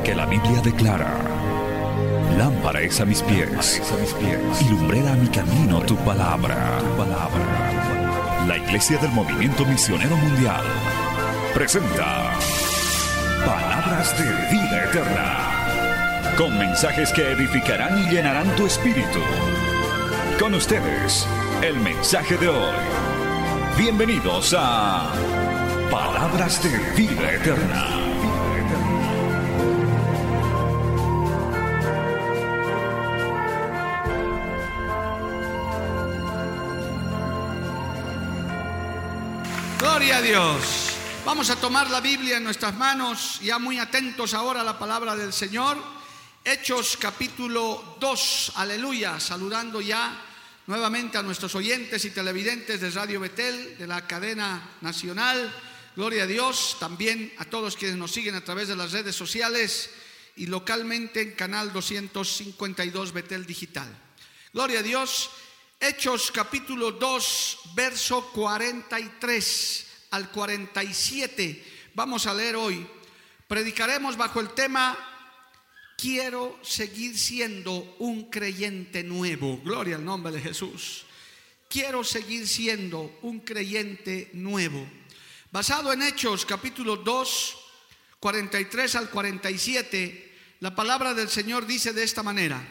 Porque la Biblia declara: lámpara es a mis pies y lumbrera a mi camino tu palabra. La Iglesia del Movimiento Misionero Mundial presenta Palabras de Vida Eterna, con mensajes que edificarán y llenarán tu espíritu. Con ustedes, el mensaje de hoy. Bienvenidos a Palabras de Vida Eterna. Gloria a Dios. Vamos a tomar la Biblia en nuestras manos, ya muy atentos ahora a la palabra del Señor. Hechos capítulo 2, aleluya, saludando ya nuevamente a nuestros oyentes y televidentes de Radio Betel, de la cadena nacional. Gloria a Dios, también a todos quienes nos siguen a través de las redes sociales y localmente en canal 252 Betel Digital. Gloria a Dios. Hechos capítulo 2, verso 43 al 47. Vamos a leer hoy. Predicaremos bajo el tema: quiero seguir siendo un creyente nuevo. Gloria al nombre de Jesús. Quiero seguir siendo un creyente nuevo. Basado en Hechos capítulo 2, 43 al 47, la palabra del Señor dice de esta manera: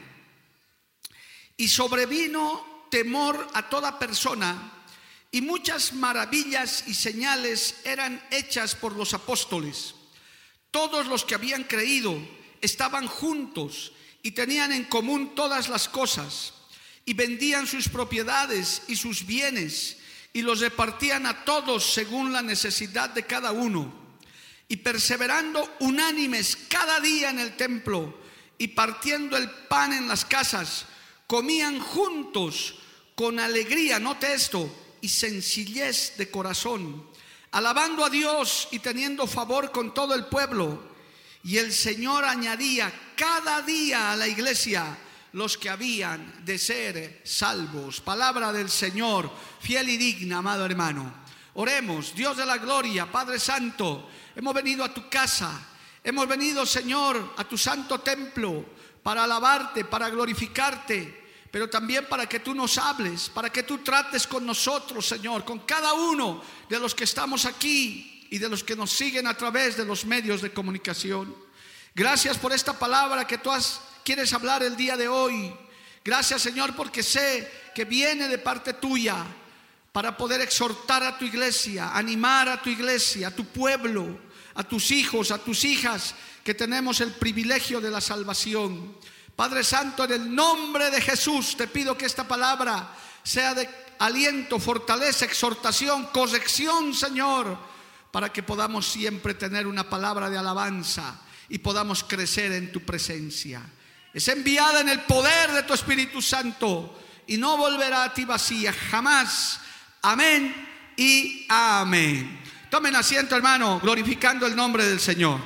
y sobrevino temor a toda persona, y muchas maravillas y señales eran hechas por los apóstoles. Todos los que habían creído estaban juntos y tenían en común todas las cosas, y vendían sus propiedades y sus bienes y los repartían a todos según la necesidad de cada uno. Y perseverando unánimes cada día en el templo y partiendo el pan en las casas, comían juntos con alegría, note esto, y sencillez de corazón, alabando a Dios y teniendo favor con todo el pueblo. Y el Señor añadía cada día a la iglesia los que habían de ser salvos. Palabra del Señor, fiel y digna, amado hermano. Oremos. Dios de la gloria, Padre Santo, hemos venido a tu casa, hemos venido, Señor, a tu santo templo para alabarte, para glorificarte, pero también para que tú nos hables, para que tú trates con nosotros, Señor, con cada uno de los que estamos aquí y de los que nos siguen a través de los medios de comunicación. Gracias por esta palabra que tú quieres hablar el día de hoy. Gracias, Señor, porque sé que viene de parte tuya para poder exhortar a tu iglesia, animar a tu iglesia, a tu pueblo, a tus hijos, a tus hijas, que tenemos el privilegio de la salvación. Padre Santo, en el nombre de Jesús te pido que esta palabra sea de aliento, fortaleza, exhortación, corrección, Señor, para que podamos siempre tener una palabra de alabanza y podamos crecer en tu presencia. Es enviada en el poder de tu Espíritu Santo y no volverá a ti vacía jamás. Amén y amén. Tomen asiento, hermano, glorificando el nombre del Señor.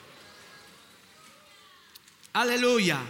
Aleluya.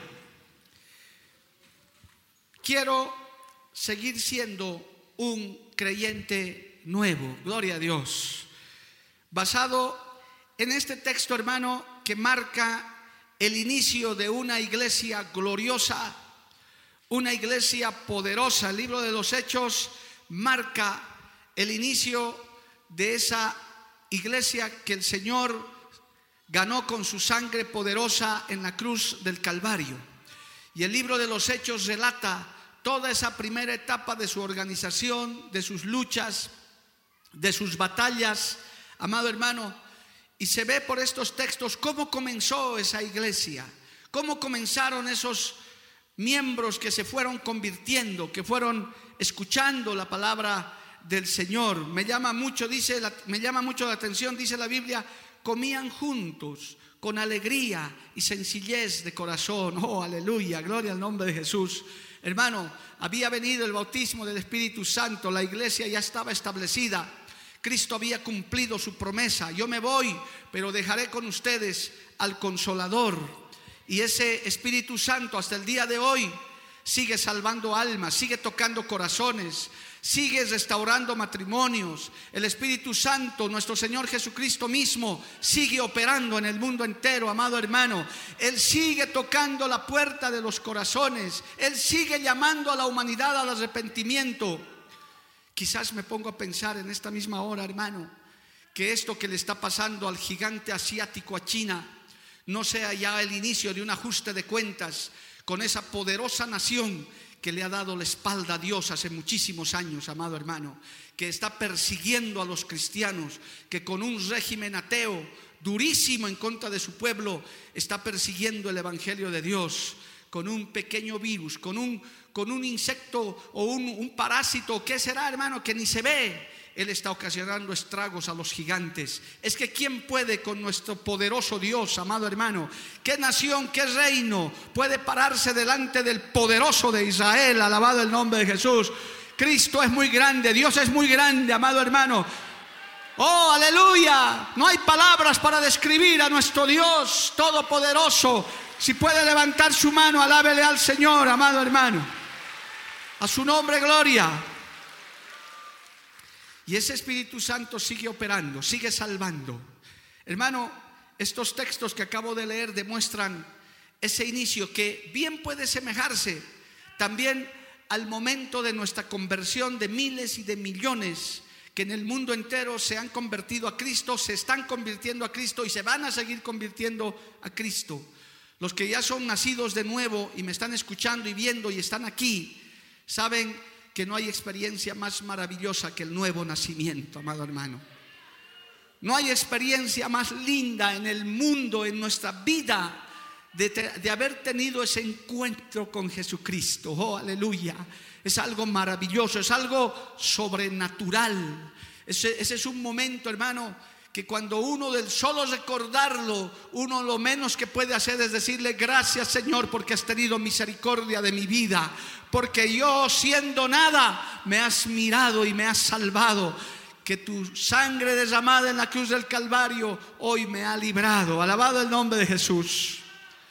Quiero seguir siendo un creyente nuevo. Gloria a Dios. Basado en este texto, hermano, que marca el inicio de una iglesia gloriosa, una iglesia poderosa. El libro de los Hechos marca el inicio de esa iglesia que el Señor ganó con su sangre poderosa en la cruz del Calvario. Y el libro de los Hechos relata toda esa primera etapa de su organización, de sus luchas, de sus batallas, amado hermano. Y se ve por estos textos cómo comenzó esa iglesia, cómo comenzaron esos miembros que se fueron convirtiendo, que fueron escuchando la palabra del Señor. Me llama mucho la atención, dice la Biblia, comían juntos con alegría y sencillez de corazón. Oh, aleluya, gloria al nombre de Jesús. Hermano, había venido el bautismo del Espíritu Santo, la iglesia ya estaba establecida. Cristo había cumplido su promesa: yo me voy, pero dejaré con ustedes al Consolador. Y ese Espíritu Santo hasta el día de hoy sigue salvando almas, sigue tocando corazones, sigue restaurando matrimonios. El Espíritu Santo, nuestro Señor Jesucristo mismo, sigue operando en el mundo entero, amado hermano. Él sigue tocando la puerta de los corazones. Él sigue llamando a la humanidad al arrepentimiento. Quizás me pongo a pensar en esta misma hora, hermano, que esto que le está pasando al gigante asiático, a China, no sea ya el inicio de un ajuste de cuentas con esa poderosa nación que le ha dado la espalda a Dios hace muchísimos años, amado hermano, que está persiguiendo a los cristianos, que con un régimen ateo durísimo en contra de su pueblo está persiguiendo el evangelio de Dios, con un pequeño virus, con un insecto o un parásito. ¿Qué será, hermano? Que ni se ve. Él está ocasionando estragos a los gigantes. Es que ¿quién puede con nuestro poderoso Dios, amado hermano? ¿Qué nación, qué reino puede pararse delante del poderoso de Israel? Alabado el nombre de Jesús. Cristo es muy grande, Dios es muy grande, amado hermano. Oh, aleluya. No hay palabras para describir a nuestro Dios todopoderoso. Si puede levantar su mano, alábele al Señor, amado hermano. A su nombre, gloria. Y ese Espíritu Santo sigue operando, sigue salvando. Hermano, estos textos que acabo de leer demuestran ese inicio que bien puede semejarse también al momento de nuestra conversión de miles y de millones que en el mundo entero se han convertido a Cristo, se están convirtiendo a Cristo y se van a seguir convirtiendo a Cristo. Los que ya son nacidos de nuevo y me están escuchando y viendo y están aquí, saben que no hay experiencia más maravillosa que el nuevo nacimiento, amado hermano. No hay experiencia más linda en el mundo, en nuestra vida, de haber tenido ese encuentro con Jesucristo. Oh, aleluya. Es algo maravilloso, es algo sobrenatural. Ese es un momento, hermano, que cuando uno del solo recordarlo, uno lo menos que puede hacer es decirle: gracias, Señor, porque has tenido misericordia de mi vida, porque yo siendo nada me has mirado y me has salvado, que tu sangre derramada en la cruz del Calvario hoy me ha librado. Alabado el nombre de Jesús.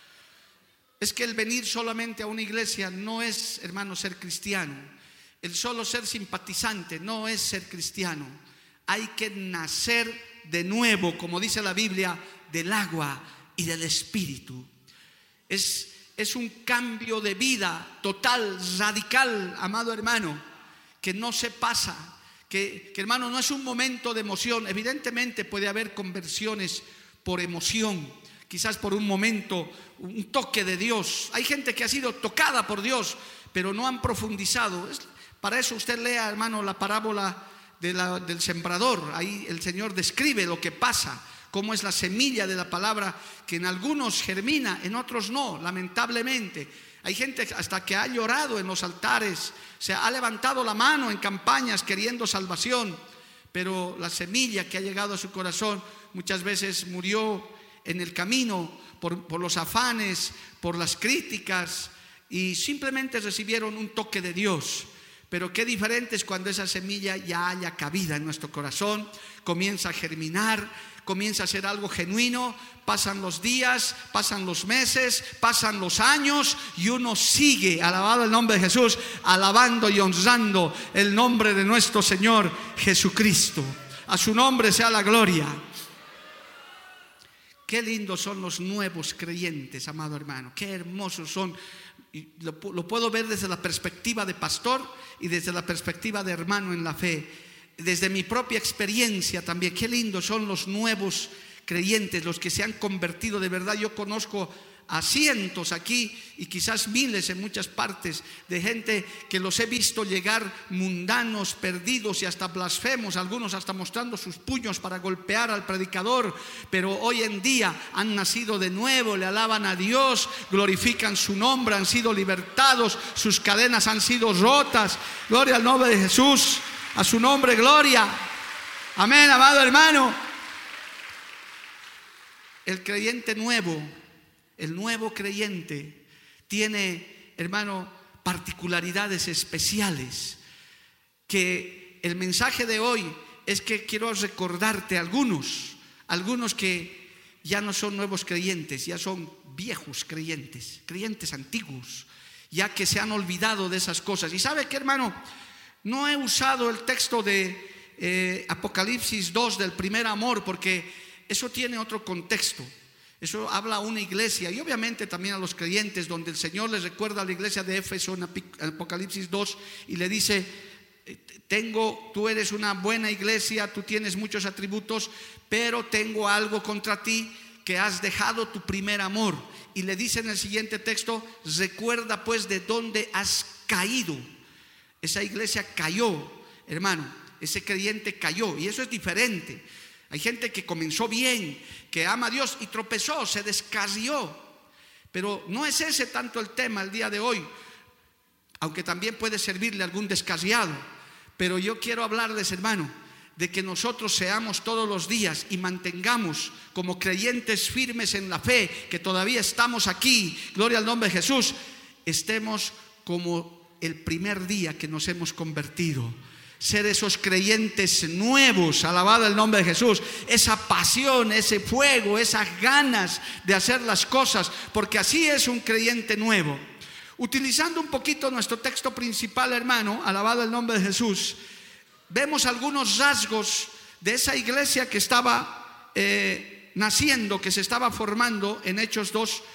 Es que el venir solamente a una iglesia no es, hermano, ser cristiano. El solo ser simpatizante no es ser cristiano. Hay que nacer de nuevo, como dice la Biblia, del agua y del Espíritu. Es un cambio de vida total, radical, amado hermano, que no se pasa, que hermano, no es un momento de emoción. Evidentemente puede haber conversiones por emoción, quizás por un momento, un toque de Dios. Hay gente que ha sido tocada por Dios, pero no han profundizado. Para eso usted lea, hermano, la parábola del sembrador. Ahí el Señor describe lo que pasa, cómo es la semilla de la palabra, que en algunos germina, en otros no, lamentablemente. Hay gente hasta que ha llorado en los altares, se ha levantado la mano en campañas queriendo salvación, pero la semilla que ha llegado a su corazón muchas veces murió en el camino por los afanes, por las críticas, y simplemente recibieron un toque de Dios. Pero qué diferente es cuando esa semilla ya haya cabida en nuestro corazón, comienza a germinar, comienza a ser algo genuino. Pasan los días, pasan los meses, pasan los años y uno sigue, alabado el nombre de Jesús, alabando y honrando el nombre de nuestro Señor Jesucristo. A su nombre sea la gloria. Qué lindos son los nuevos creyentes, amado hermano. Qué hermosos son. Y lo puedo ver desde la perspectiva de pastor y desde la perspectiva de hermano en la fe. Desde mi propia experiencia también. Qué lindos son los nuevos creyentes, los que se han convertido de verdad. Yo conozco a cientos aquí y quizás miles en muchas partes de gente que los he visto llegar mundanos, perdidos y hasta blasfemos, algunos hasta mostrando sus puños para golpear al predicador, pero hoy en día han nacido de nuevo, le alaban a Dios, glorifican su nombre, han sido libertados, sus cadenas han sido rotas. Gloria al nombre de Jesús, a su nombre, gloria. Amén, amado hermano. El creyente nuevo, el nuevo creyente tiene, hermano, particularidades especiales, que el mensaje de hoy es que quiero recordarte algunos que ya no son nuevos creyentes, ya son viejos creyentes antiguos, ya que se han olvidado de esas cosas. Y sabe que, hermano, No he usado el texto de Apocalipsis 2 del primer amor, porque eso tiene otro contexto. Eso habla a una iglesia y obviamente también a los creyentes, donde el Señor les recuerda a la iglesia de Éfeso en Apocalipsis 2 y le dice: tú eres una buena iglesia, tú tienes muchos atributos, pero tengo algo contra ti, que has dejado tu primer amor. Y le dice en el siguiente texto: recuerda pues de dónde has caído. Esa iglesia cayó, hermano, ese creyente cayó, y eso es diferente. Hay gente que comenzó bien, que ama a Dios y tropezó, se descarrió. Pero no es ese tanto el tema el día de hoy, aunque también puede servirle a algún descarriado. Pero yo quiero hablarles, hermano, de que nosotros seamos todos los días y mantengamos como creyentes firmes en la fe, que todavía estamos aquí, gloria al nombre de Jesús, estemos como el primer día que nos hemos convertido. Ser esos creyentes nuevos, alabado el nombre de Jesús. Esa pasión, ese fuego, esas ganas de hacer las cosas, porque así es un creyente nuevo. Utilizando un poquito nuestro texto principal, hermano, alabado el nombre de Jesús, vemos algunos rasgos de esa iglesia que estaba naciendo, que se estaba formando en Hechos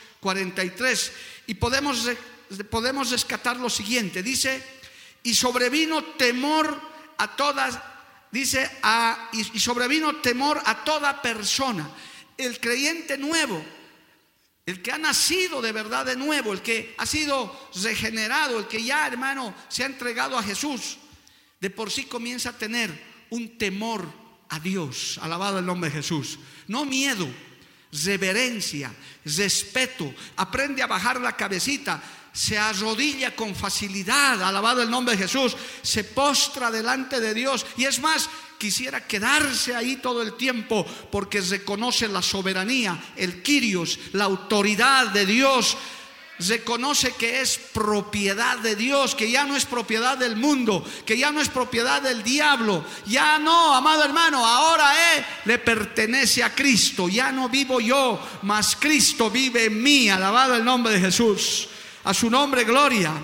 2:43, y podemos rescatar lo siguiente. Dice: y sobrevino temor a todas, dice, y sobrevino temor a toda persona. El creyente nuevo, el que ha nacido de verdad de nuevo, el que ha sido regenerado, el que ya, hermano, se ha entregado a Jesús, de por sí comienza a tener un temor a Dios, alabado el nombre de Jesús. No miedo, reverencia, respeto. Aprende a bajar la cabecita, se arrodilla con facilidad, alabado el nombre de Jesús, se postra delante de Dios, y es más, quisiera quedarse ahí todo el tiempo, porque reconoce la soberanía, el Kyrios, la autoridad de Dios. Reconoce que es propiedad de Dios, que ya no es propiedad del mundo, que ya no es propiedad del diablo. Ya no, amado hermano, ahora le pertenece a Cristo. Ya no vivo yo, mas Cristo vive en mí, alabado el nombre de Jesús. A su nombre, gloria.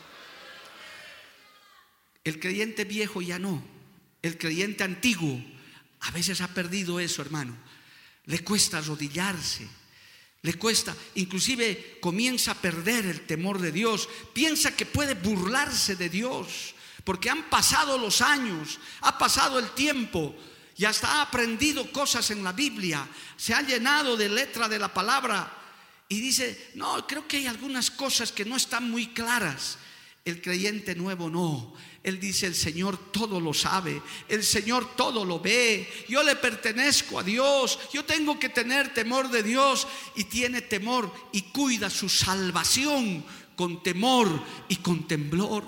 El creyente viejo ya no. El creyente antiguo a veces ha perdido eso, hermano. Le cuesta arrodillarse, le cuesta, inclusive comienza a perder el temor de Dios. Piensa que puede burlarse de Dios, porque han pasado los años, ha pasado el tiempo, y hasta ha aprendido cosas en la Biblia, se ha llenado de letra de la palabra, y dice: no, creo que hay algunas cosas que no están muy claras. El creyente nuevo no. Él dice: el Señor todo lo sabe, el Señor todo lo ve, yo le pertenezco a Dios, yo tengo que tener temor de Dios. Y tiene temor y cuida su salvación con temor y con temblor.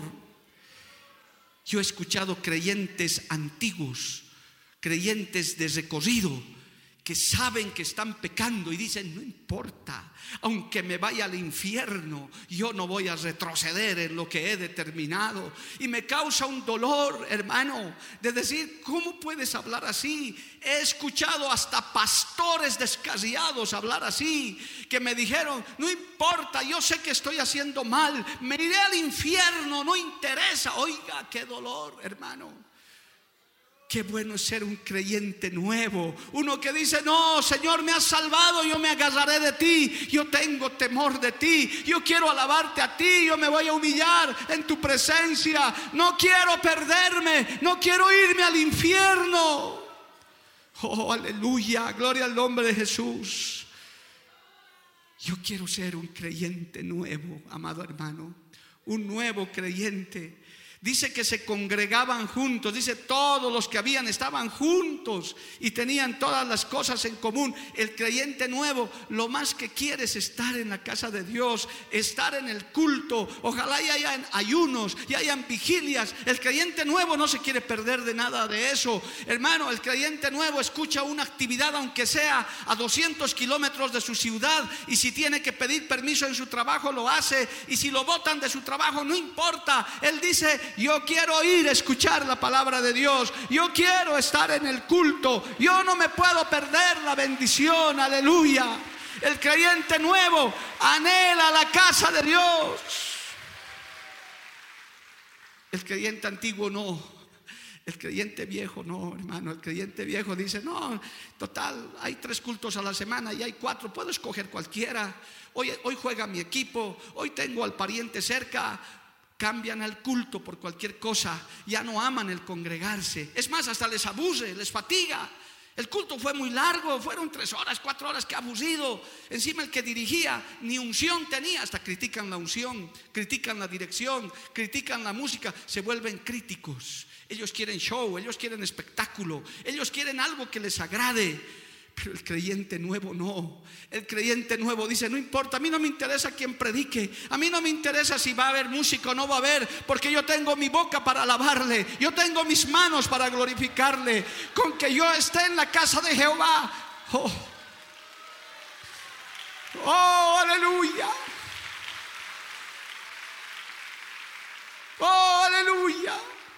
Yo he escuchado creyentes antiguos, creyentes de recorrido, que saben que están pecando y dicen: no importa, aunque me vaya al infierno, yo no voy a retroceder en lo que he determinado. Y me causa un dolor, hermano, de decir: ¿cómo puedes hablar así? He escuchado hasta pastores descarriados hablar así, que me dijeron: no importa, yo sé que estoy haciendo mal, me iré al infierno, no interesa. Oiga, qué dolor, hermano. Qué bueno es ser un creyente nuevo, uno que dice: no, Señor, me has salvado, yo me agarraré de ti, yo tengo temor de ti, yo quiero alabarte a ti, yo me voy a humillar en tu presencia, no quiero perderme, no quiero irme al infierno. Oh, aleluya, gloria al nombre de Jesús. Yo quiero ser un creyente nuevo, amado hermano, un nuevo creyente. Dice que se congregaban juntos, dice todos los que habían estaban juntos y tenían todas las cosas en común. El creyente nuevo lo más que quiere es estar en la casa de Dios, estar en el culto. Ojalá y hayan ayunos y hayan vigilias. El creyente nuevo no se quiere perder de nada de eso. Hermano, el creyente nuevo escucha una actividad aunque sea a 200 kilómetros de su ciudad, y si tiene que pedir permiso en su trabajo lo hace, y si lo botan de su trabajo no importa. Él dice: yo quiero ir a escuchar la palabra de Dios, yo quiero estar en el culto, yo no me puedo perder la bendición, aleluya. El creyente nuevo anhela la casa de Dios. El creyente antiguo no. El creyente viejo no, hermano. El creyente viejo dice: no, total, hay 3 cultos a la semana y hay 4, puedo escoger cualquiera. Hoy juega mi equipo, hoy tengo al pariente cerca. Cambian al culto por cualquier cosa. Ya no aman el congregarse. Es más, hasta les aburre, les fatiga. El culto fue muy largo, fueron 3 horas, 4 horas, qué aburrido. Encima el que dirigía ni unción tenía. Hasta critican la unción, critican la dirección, critican la música. Se vuelven críticos. Ellos quieren show, ellos quieren espectáculo, ellos quieren algo que les agrade. Pero el creyente nuevo no. El creyente nuevo dice: no importa, a mí no me interesa quién predique, a mí no me interesa si va a haber música o no va a haber, porque yo tengo mi boca para alabarle, yo tengo mis manos para glorificarle. Con que yo esté en la casa de Jehová, oh, aleluya, oh, aleluya.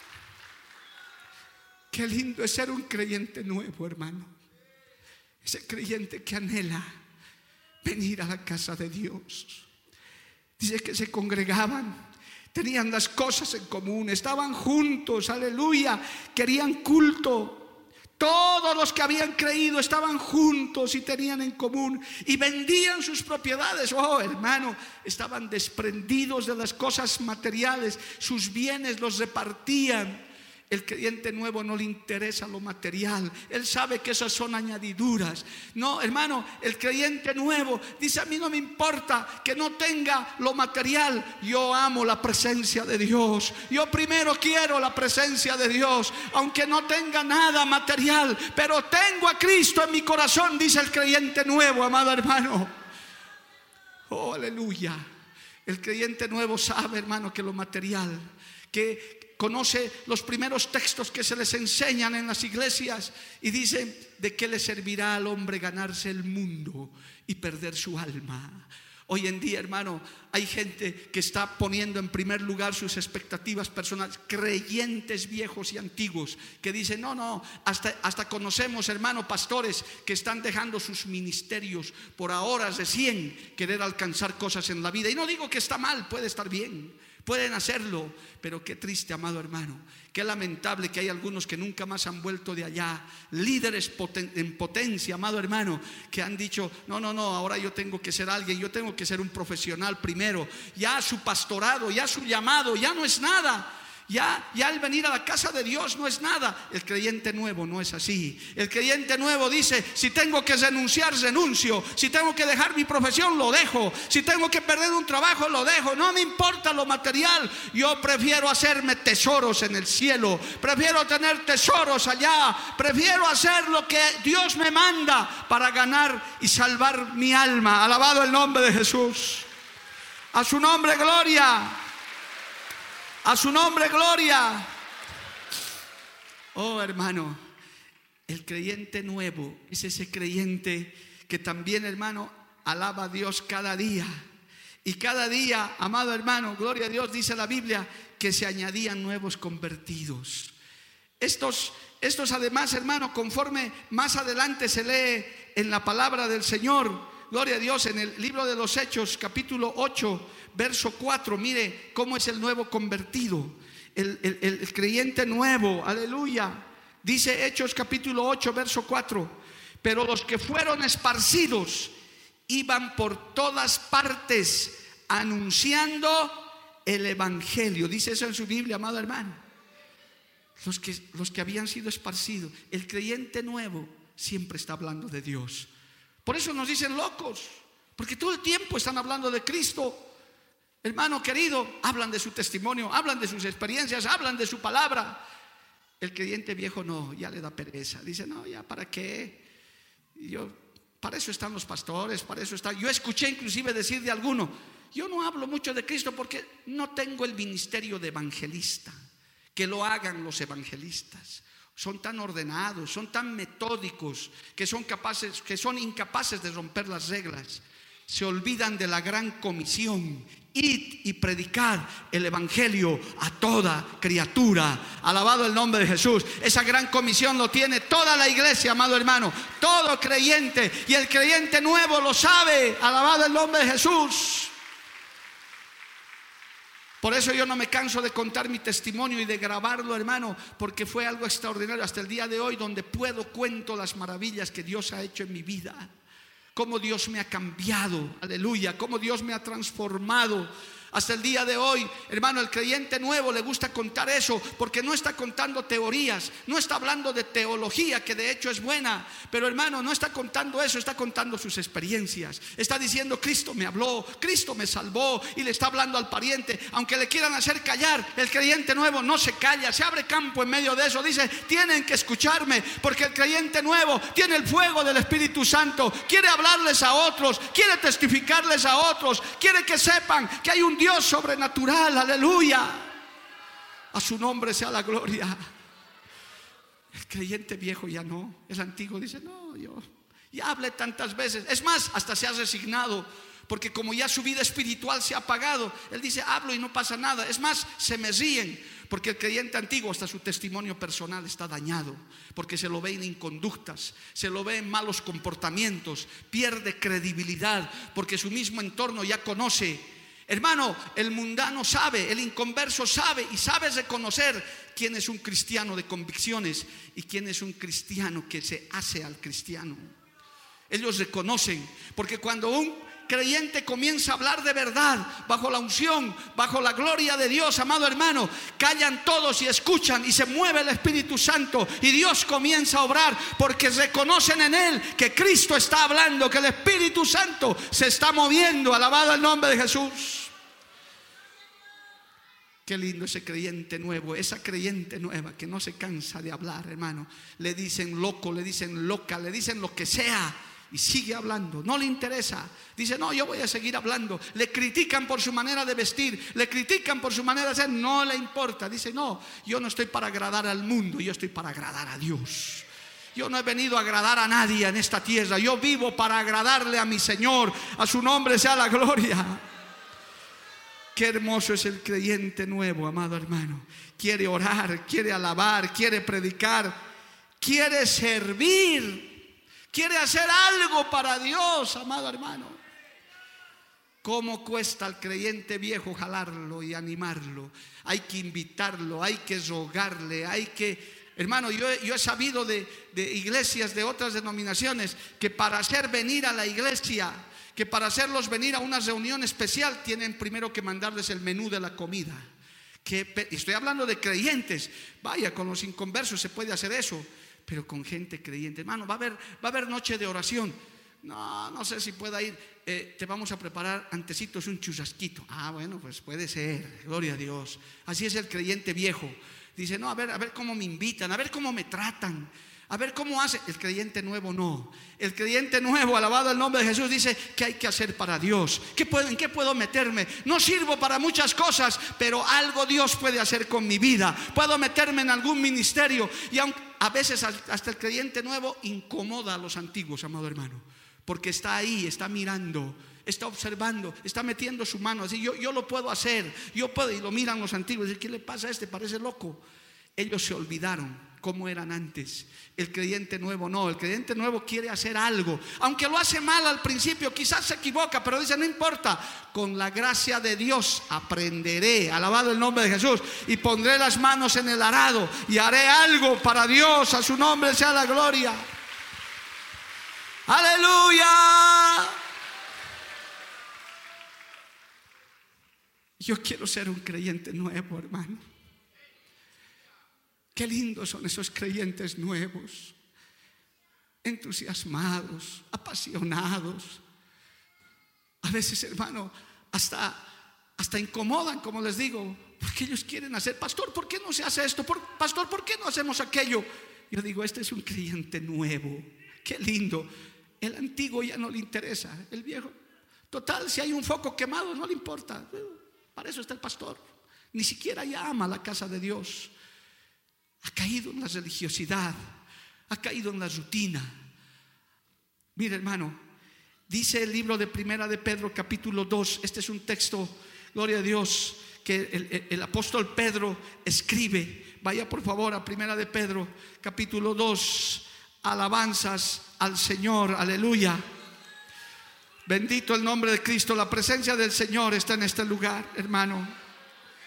Qué lindo es ser un creyente nuevo, hermano. Ese creyente que anhela venir a la casa de Dios. Dice que se congregaban, tenían las cosas en común, estaban juntos, aleluya, querían culto. Todos los que habían creído estaban juntos y tenían en común y vendían sus propiedades. Oh, hermano, estaban desprendidos de las cosas materiales, sus bienes los repartían. El creyente nuevo no le interesa lo material. Él sabe que esas son añadiduras. No, hermano, el creyente nuevo dice: a mí no me importa que no tenga lo material. Yo amo la presencia de Dios. Yo primero quiero la presencia de Dios, aunque no tenga nada material, pero tengo a Cristo en mi corazón, dice el creyente nuevo, amado hermano. Oh, aleluya. El creyente nuevo sabe, hermano, que lo material, que conoce los primeros textos que se les enseñan en las iglesias y dice: ¿de qué le servirá al hombre ganarse el mundo y perder su alma? Hoy en día, hermano, hay gente que está poniendo en primer lugar sus expectativas personales. Creyentes viejos y antiguos que dicen: no, hasta conocemos, hermano, pastores que están dejando sus ministerios por ahora recién querer alcanzar cosas en la vida. Y no digo que está mal, puede estar bien, pueden hacerlo, pero qué triste, amado hermano, qué lamentable que hay algunos que nunca más han vuelto de allá, líderes en potencia, amado hermano, que han dicho: no, ahora yo tengo que ser alguien, yo tengo que ser un profesional primero. Ya su pastorado, ya su llamado, ya no es nada. Ya el venir a la casa de Dios no es nada. El creyente nuevo no es así. El creyente nuevo dice: si tengo que renunciar, renuncio. Si tengo que dejar mi profesión, lo dejo. Si tengo que perder un trabajo, lo dejo. No me importa lo material. Yo prefiero hacerme tesoros en el cielo. Prefiero tener tesoros allá. Prefiero hacer lo que Dios me manda para ganar y salvar mi alma. Alabado el nombre de Jesús. A su nombre gloria. A su nombre gloria. Oh, hermano, el creyente nuevo es ese creyente que también, hermano, alaba a Dios cada día. Y cada día, amado hermano, gloria a Dios, dice la Biblia que se añadían nuevos convertidos. Estos además, hermano, conforme más adelante se lee en la palabra del Señor, gloria a Dios, en el libro de los Hechos, capítulo 8, verso 4, mire cómo es el nuevo convertido, el creyente nuevo, aleluya. Dice Hechos capítulo 8, verso 4: pero los que fueron esparcidos iban por todas partes anunciando el evangelio. Dice eso en su Biblia, amado hermano. Los que habían sido esparcidos. El creyente nuevo siempre está hablando de Dios. Por eso nos dicen locos, porque todo el tiempo están hablando de Cristo. Hermano querido, hablan de su testimonio, hablan de sus experiencias, hablan de su palabra. El creyente viejo no, ya le da pereza. Dice: no, ya para qué. Para eso están los pastores, para eso está. Yo escuché inclusive decir de alguno: yo no hablo mucho de Cristo porque no tengo el ministerio de evangelista. Que lo hagan los evangelistas. Son tan ordenados, son tan metódicos, que son incapaces de romper las reglas. Se olvidan de la gran comisión: id y predicar el evangelio a toda criatura. Alabado el nombre de Jesús. Esa gran comisión lo tiene toda la iglesia, amado hermano, todo creyente, y el creyente nuevo lo sabe. Alabado el nombre de Jesús. Por eso yo no me canso de contar mi testimonio y de grabarlo, hermano, porque fue algo extraordinario hasta el día de hoy, donde cuento las maravillas que Dios ha hecho en mi vida. Cómo Dios me ha cambiado, aleluya, cómo Dios me ha transformado. Hasta el día de hoy, hermano, el creyente nuevo le gusta contar eso, porque no está contando teorías, no está hablando de teología, que de hecho es buena, pero hermano, no está contando eso, está contando sus experiencias. Está diciendo: Cristo me habló, Cristo me salvó, y le está hablando al pariente. Aunque le quieran hacer callar, el creyente nuevo no se calla, se abre campo en medio de eso. Dice: tienen que escucharme, porque el creyente nuevo tiene el fuego del Espíritu Santo, quiere hablarles a otros, quiere testificarles a otros, quiere que sepan que hay un Dios sobrenatural, aleluya. A su nombre sea la gloria. El creyente viejo ya no, el antiguo dice: no, yo ya hablé tantas veces. Es más, hasta se ha resignado, porque como ya su vida espiritual se ha apagado, él dice: hablo y no pasa nada. Es más, se me ríen, porque el creyente antiguo hasta su testimonio personal está dañado, porque se lo ve en inconductas, se lo ve en malos comportamientos, pierde credibilidad, porque su mismo entorno ya conoce. Hermano, el mundano sabe, el inconverso sabe, y sabe reconocer quién es un cristiano de convicciones y quién es un cristiano que se hace al cristiano. Ellos reconocen, porque cuando un creyente comienza a hablar de verdad, bajo la unción, bajo la gloria de Dios, amado hermano, callan todos y escuchan, y se mueve el Espíritu Santo, y Dios comienza a obrar, porque reconocen en él que Cristo está hablando, que el Espíritu Santo se está moviendo. Alabado el nombre de Jesús. Qué lindo ese creyente nuevo, esa creyente nueva que no se cansa de hablar, hermano. Le dicen loco, le dicen loca, le dicen lo que sea, y sigue hablando, no le interesa. Dice: no, yo voy a seguir hablando. Le critican por su manera de vestir, le critican por su manera de ser, no le importa. Dice: no, yo no estoy para agradar al mundo, yo estoy para agradar a Dios. Yo no he venido a agradar a nadie en esta tierra, yo vivo para agradarle a mi Señor. A su nombre sea la gloria. Qué hermoso es el creyente nuevo, amado hermano. Quiere orar, quiere alabar, quiere predicar, quiere servir, quiere hacer algo para Dios, amado hermano. ¿Cómo cuesta al creyente viejo jalarlo y animarlo? Hay que invitarlo, hay que rogarle, hay que... Hermano, yo he sabido de iglesias de otras denominaciones que para hacer venir a la iglesia, que para hacerlos venir a una reunión especial, tienen primero que mandarles el menú de la comida. Estoy hablando de creyentes. Vaya, con los inconversos se puede hacer eso, pero con gente creyente, hermano, va a haber noche de oración. No sé si pueda ir. Te vamos a preparar antecitos un churrasquito. Bueno, pues puede ser, gloria a Dios. Así es el creyente viejo. Dice: no, a ver cómo me invitan, a ver cómo me tratan, a ver cómo hace. El creyente nuevo no. El creyente nuevo, alabado el nombre de Jesús, dice: ¿qué hay que hacer para Dios? ¿En qué puedo meterme? No sirvo para muchas cosas, pero algo Dios puede hacer con mi vida. Puedo meterme en algún ministerio. Y a veces hasta el creyente nuevo incomoda a los antiguos, amado hermano, porque está ahí, está mirando, está observando, está metiendo su mano así: yo lo puedo hacer, yo puedo. Y lo miran los antiguos y dicen: ¿qué le pasa a este? Parece loco. Ellos se olvidaron cómo eran antes. El creyente nuevo no. El creyente nuevo quiere hacer algo, aunque lo hace mal al principio, quizás se equivoca, pero dice: no importa, con la gracia de Dios aprenderé, alabado el nombre de Jesús, y pondré las manos en el arado y haré algo para Dios. A su nombre sea la gloria. Aleluya. Yo quiero ser un creyente nuevo, hermano. Qué lindos son esos creyentes nuevos, entusiasmados, apasionados. A veces, hermano, hasta incomodan, como les digo, porque ellos quieren hacer: pastor, ¿por qué no se hace esto? Pastor, ¿por qué no hacemos aquello? Yo digo: este es un creyente nuevo. Qué lindo. El antiguo ya no le interesa, el viejo, total, si hay un foco quemado no le importa. Para eso está el pastor. Ni siquiera ya ama la casa de Dios. Ha caído en la religiosidad, ha caído en la rutina. Mire, hermano, dice el libro de Primera de Pedro, capítulo 2. Este es un texto, gloria a Dios, que el apóstol Pedro escribe. Vaya por favor a Primera de Pedro, capítulo 2. Alabanzas al Señor, aleluya. Bendito el nombre de Cristo. La presencia del Señor está en este lugar, hermano.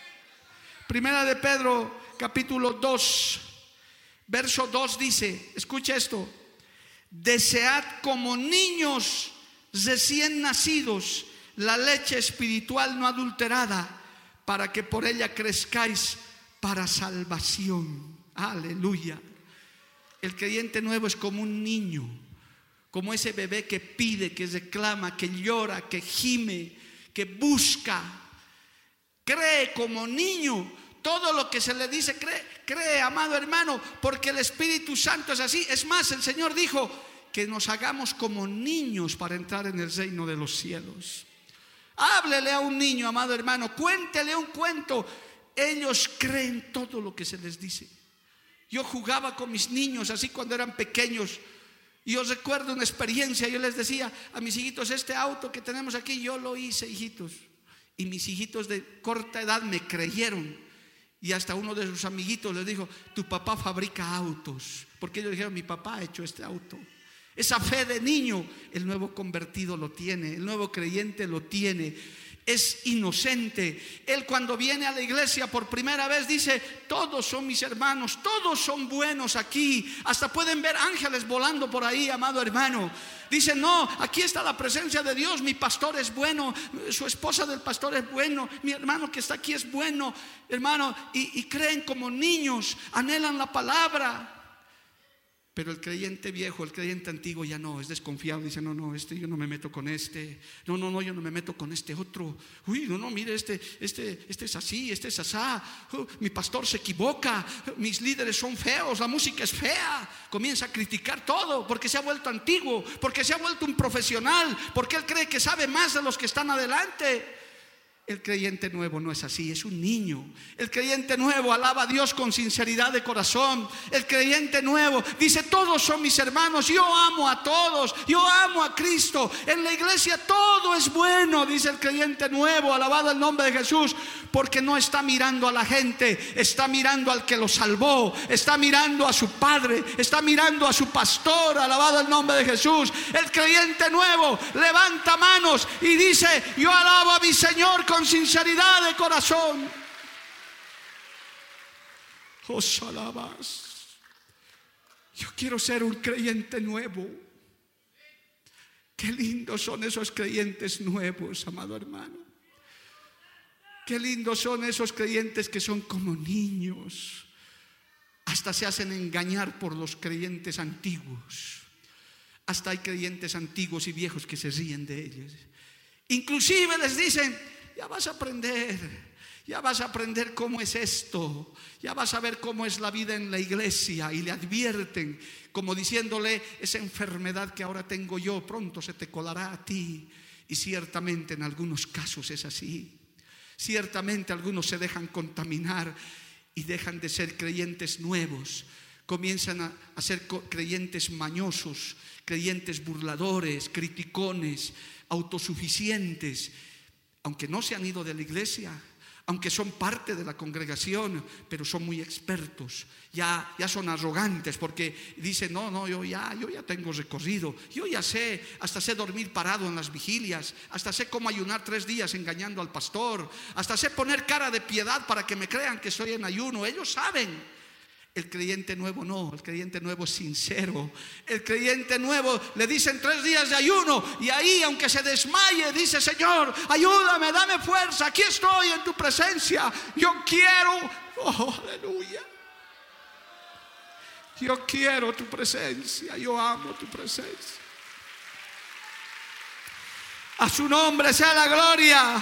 Primera de Pedro, capítulo 2, verso 2 dice, escucha esto: desead como niños recién nacidos la leche espiritual no adulterada, para que por ella crezcáis para salvación. Aleluya. El creyente nuevo es como un niño, como ese bebé que pide, que reclama, que llora, que gime, que busca, cree como niño. Todo lo que se le dice, cree, amado hermano, porque el Espíritu Santo es así. Es más, el Señor dijo que nos hagamos como niños para entrar en el reino de los cielos. Háblele a un niño, amado hermano, cuéntele un cuento. Ellos creen todo lo que se les dice. Yo jugaba con mis niños así cuando eran pequeños. Y yo recuerdo una experiencia. Yo les decía a mis hijitos: este auto que tenemos aquí, yo lo hice, hijitos. Y mis hijitos de corta edad me creyeron. Y hasta uno de sus amiguitos les dijo: tu papá fabrica autos. Porque ellos dijeron: mi papá ha hecho este auto. Esa fe de niño, el nuevo convertido lo tiene, el nuevo creyente lo tiene. Es inocente. Él, cuando viene a la iglesia por primera vez, dice: todos son mis hermanos, todos son buenos aquí. Hasta pueden ver ángeles volando por ahí, amado hermano. Dice: no, aquí está la presencia de Dios. Mi pastor es bueno, su esposa del pastor es bueno, mi hermano que está aquí es bueno, hermano. Y creen como niños, anhelan la palabra. Pero el creyente viejo, el creyente antiguo ya no, es desconfiado. Dice: no, yo no me meto con este. No, yo no me meto con este otro. Uy, no, mire, este es así, este es asá. Mi pastor se equivoca, mis líderes son feos, la música es fea. Comienza a criticar todo porque se ha vuelto antiguo, porque se ha vuelto un profesional, porque él cree que sabe más de los que están adelante. El creyente nuevo no es así, es un niño. El creyente nuevo alaba a Dios con sinceridad de corazón. El creyente nuevo dice: todos son mis hermanos, yo amo a todos, yo amo a Cristo. En la iglesia todo es bueno, dice el creyente nuevo, alabado el nombre de Jesús. Porque no está mirando a la gente, está mirando al que lo salvó, está mirando a su Padre, está mirando a su pastor, alabado el nombre de Jesús. El creyente nuevo levanta manos y dice: yo alabo a mi Señor con sinceridad de corazón. Os alabas. Yo quiero ser un creyente nuevo. Qué lindos son esos creyentes nuevos, amado hermano. Qué lindos son esos creyentes que son como niños. Hasta se hacen engañar por los creyentes antiguos. Hasta hay creyentes antiguos y viejos que se ríen de ellos. Inclusive les dicen: ya vas a aprender cómo es esto, ya vas a ver cómo es la vida en la iglesia. Y le advierten, como diciéndole: esa enfermedad que ahora tengo yo pronto se te colará a ti. Y ciertamente en algunos casos es así. Ciertamente algunos se dejan contaminar y dejan de ser creyentes nuevos. Comienzan a ser creyentes mañosos, creyentes burladores, criticones, autosuficientes. Aunque no se han ido de la iglesia, aunque son parte de la congregación, pero son muy expertos. Ya son arrogantes porque dicen: no, yo ya tengo recorrido. Yo ya sé, hasta sé dormir parado en las vigilias, hasta sé cómo ayunar 3 días engañando al pastor, hasta sé poner cara de piedad para que me crean que estoy en ayuno. Ellos saben. El creyente nuevo no, el creyente nuevo es sincero. El creyente nuevo le dicen 3 días de ayuno y ahí, aunque se desmaye, dice: Señor, ayúdame, dame fuerza, aquí estoy en tu presencia. Yo quiero, oh, aleluya. Yo quiero tu presencia, yo amo tu presencia. A su nombre sea la gloria.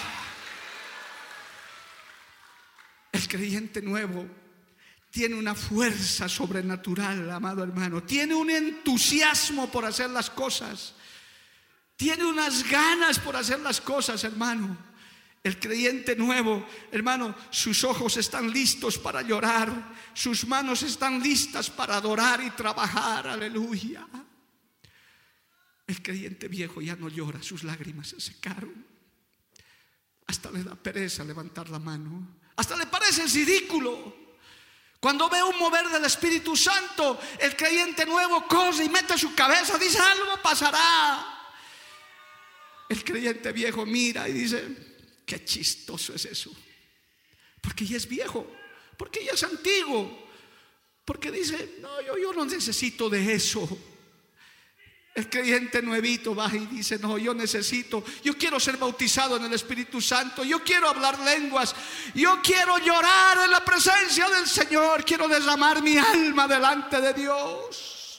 El creyente nuevo tiene una fuerza sobrenatural, amado hermano. Tiene un entusiasmo por hacer las cosas. Tiene unas ganas por hacer las cosas, hermano. El creyente nuevo, hermano, sus ojos están listos para llorar. Sus manos están listas para adorar y trabajar. Aleluya. El creyente viejo ya no llora, sus lágrimas se secaron. Hasta le da pereza levantar la mano. Hasta le parece ridículo. Cuando ve un mover del Espíritu Santo, el creyente nuevo corre y mete su cabeza, dice: algo pasará. El creyente viejo mira y dice: qué chistoso es eso. Porque ya es viejo, porque ya es antiguo, porque dice, no, yo no necesito de eso. El creyente nuevito va y dice, no, yo quiero ser bautizado en el Espíritu Santo, yo quiero hablar lenguas, yo quiero llorar en la presencia del Señor, quiero derramar mi alma delante de Dios.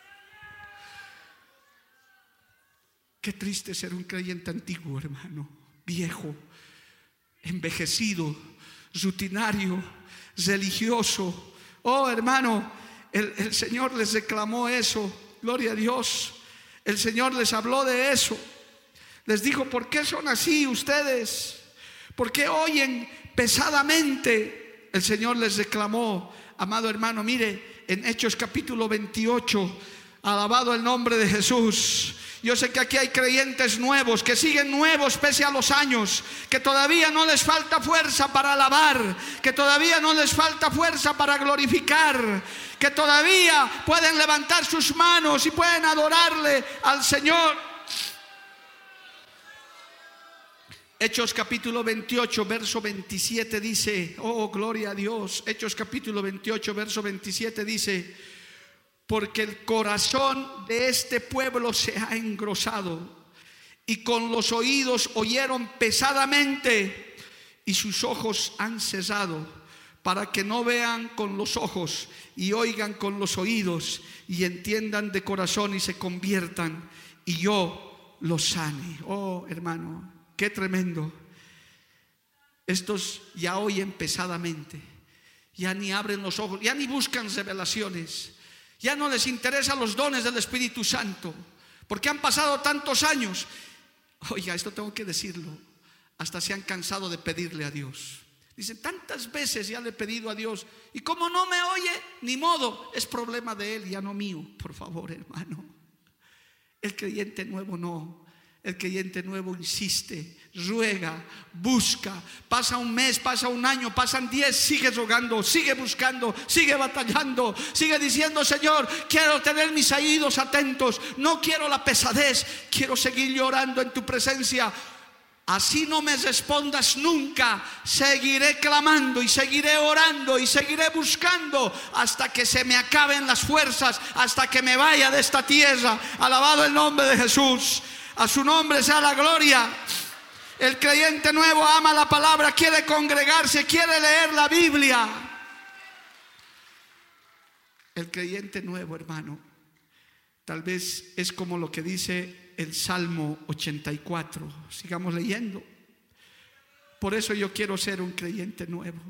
Qué triste ser un creyente antiguo, hermano, viejo, envejecido, rutinario, religioso. Oh, hermano, el Señor les reclamó eso, gloria a Dios. El Señor les habló de eso. Les dijo, ¿por qué son así ustedes? ¿Por qué oyen pesadamente? El Señor les reclamó, amado hermano, mire, en Hechos capítulo 28, alabado el nombre de Jesús. Yo sé que aquí hay creyentes nuevos, que siguen nuevos pese a los años, que todavía no les falta fuerza para alabar, que todavía no les falta fuerza para glorificar, que todavía pueden levantar sus manos y pueden adorarle al Señor. Hechos capítulo 28, verso 27 dice, oh, gloria a Dios. Hechos capítulo 28, verso 27 dice, porque el corazón de este pueblo se ha engrosado y con los oídos oyeron pesadamente y sus ojos han cesado, para que no vean con los ojos y oigan con los oídos y entiendan de corazón y se conviertan y yo los sane. Oh, hermano, qué tremendo. Estos ya oyen pesadamente, ya ni abren los ojos, ya ni buscan revelaciones, ya no les interesan los dones del Espíritu Santo, porque han pasado tantos años. Oiga, esto tengo que decirlo, hasta se han cansado de pedirle a Dios. Dicen, tantas veces ya le he pedido a Dios y como no me oye, ni modo, es problema de él, ya no mío. Por favor, hermano, el creyente nuevo no. El creyente nuevo insiste, ruega, busca. Pasa un mes, pasa un año, pasan 10, sigue rogando, sigue buscando, sigue batallando, sigue diciendo, Señor, quiero tener mis oídos atentos, no quiero la pesadez, quiero seguir llorando en tu presencia. Así no me respondas nunca, seguiré clamando y seguiré orando y seguiré buscando hasta que se me acaben las fuerzas, hasta que me vaya de esta tierra. Alabado el nombre de Jesús. A su nombre sea la gloria. El creyente nuevo ama la palabra, quiere congregarse, quiere leer la Biblia. El creyente nuevo, hermano, tal vez es como lo que dice el Salmo 84. Sigamos leyendo. Por eso yo quiero ser un creyente nuevo.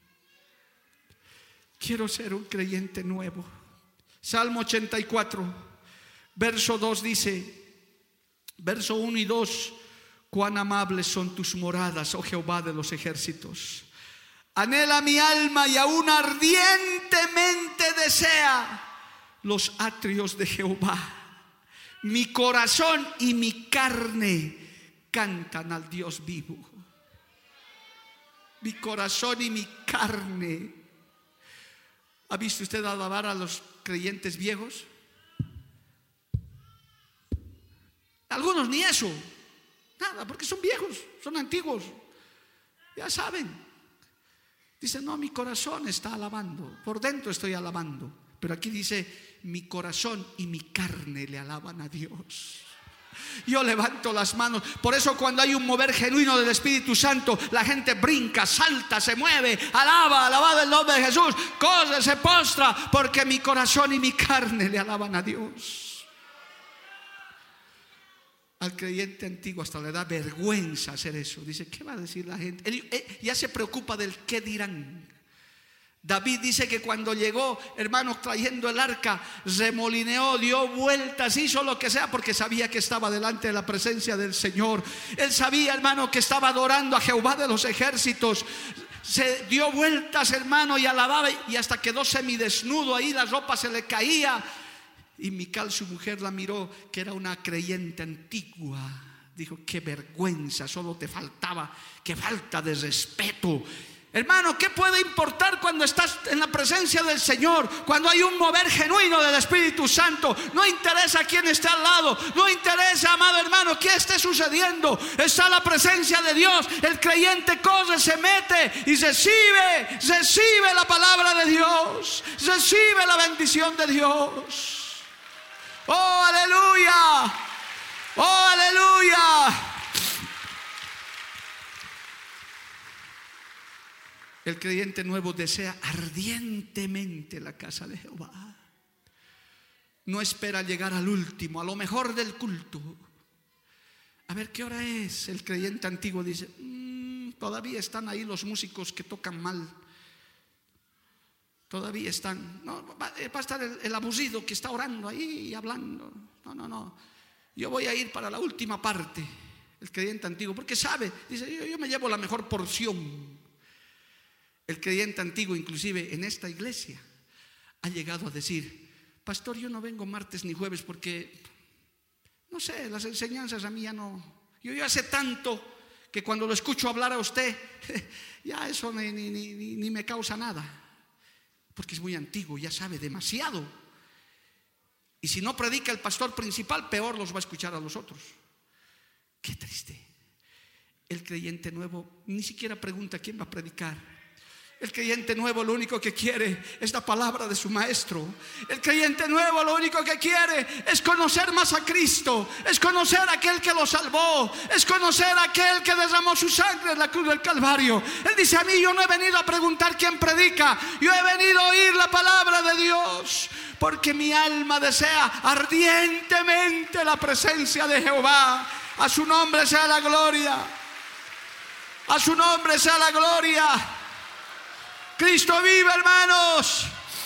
Quiero ser un creyente nuevo. Salmo 84, verso 2 dice, verso 1 y 2, cuán amables son tus moradas, oh Jehová de los ejércitos. Anhela mi alma y aún ardientemente desea los atrios de Jehová. Mi corazón y mi carne cantan al Dios vivo. Mi corazón y mi carne. ¿Ha visto usted alabar a los creyentes viejos? Algunos ni eso, nada, porque son viejos, son antiguos, ya saben. Dicen, no, mi corazón está alabando, por dentro estoy alabando. Pero aquí dice, mi corazón y mi carne le alaban a Dios. Yo levanto las manos. Por eso cuando hay un mover genuino del Espíritu Santo, la gente brinca, salta, se mueve, alabado el nombre de Jesús, corre, se postra, porque mi corazón y mi carne le alaban a Dios. Al creyente antiguo hasta le da vergüenza hacer eso. Dice, ¿qué va a decir la gente? Él ya se preocupa del qué dirán. David dice que cuando llegó, hermanos, trayendo el arca, remolineó, dio vueltas, hizo lo que sea, porque sabía que estaba delante de la presencia del Señor. Él sabía, hermano, que estaba adorando a Jehová de los ejércitos. Se dio vueltas, hermano, y alababa, y hasta quedó semidesnudo ahí, la ropa se le caía. Y Mical, su mujer, la miró, que era una creyente antigua. Dijo, qué vergüenza, solo te faltaba, qué falta de respeto. Hermano, ¿qué puede importar cuando estás en la presencia del Señor? Cuando hay un mover genuino del Espíritu Santo. No interesa quién está al lado. No interesa, amado hermano, qué esté sucediendo. Está la presencia de Dios. El creyente corre, se mete y recibe la palabra de Dios. Recibe la bendición de Dios. ¡Oh, aleluya! ¡Oh, aleluya! El creyente nuevo desea ardientemente la casa de Jehová. No espera llegar al último, a lo mejor del culto. A ver qué hora es. El creyente antiguo dice: todavía están ahí los músicos que tocan mal. Todavía están. No, va a estar el abusido que está orando ahí y hablando. No. Yo voy a ir para la última parte. El creyente antiguo, porque sabe, dice: yo me llevo la mejor porción. El creyente antiguo, inclusive en esta iglesia, ha llegado a decir: pastor, yo no vengo martes ni jueves porque, no sé, las enseñanzas a mí ya no. Yo ya sé tanto que cuando lo escucho hablar a usted, ya eso ni me causa nada. Porque es muy antiguo, ya sabe demasiado. Y si no predica el pastor principal, peor los va a escuchar a los otros. Qué triste. El creyente nuevo ni siquiera pregunta quién va a predicar. El creyente nuevo lo único que quiere es la palabra de su maestro. El creyente nuevo lo único que quiere es conocer más a Cristo. Es conocer a aquel que lo salvó. Es conocer a aquel que derramó su sangre en la cruz del Calvario. Él dice: a mí yo no he venido a preguntar quién predica. Yo he venido a oír la palabra de Dios. Porque mi alma desea ardientemente la presencia de Jehová. A su nombre sea la gloria. A su nombre sea la gloria. Cristo vive, hermanos.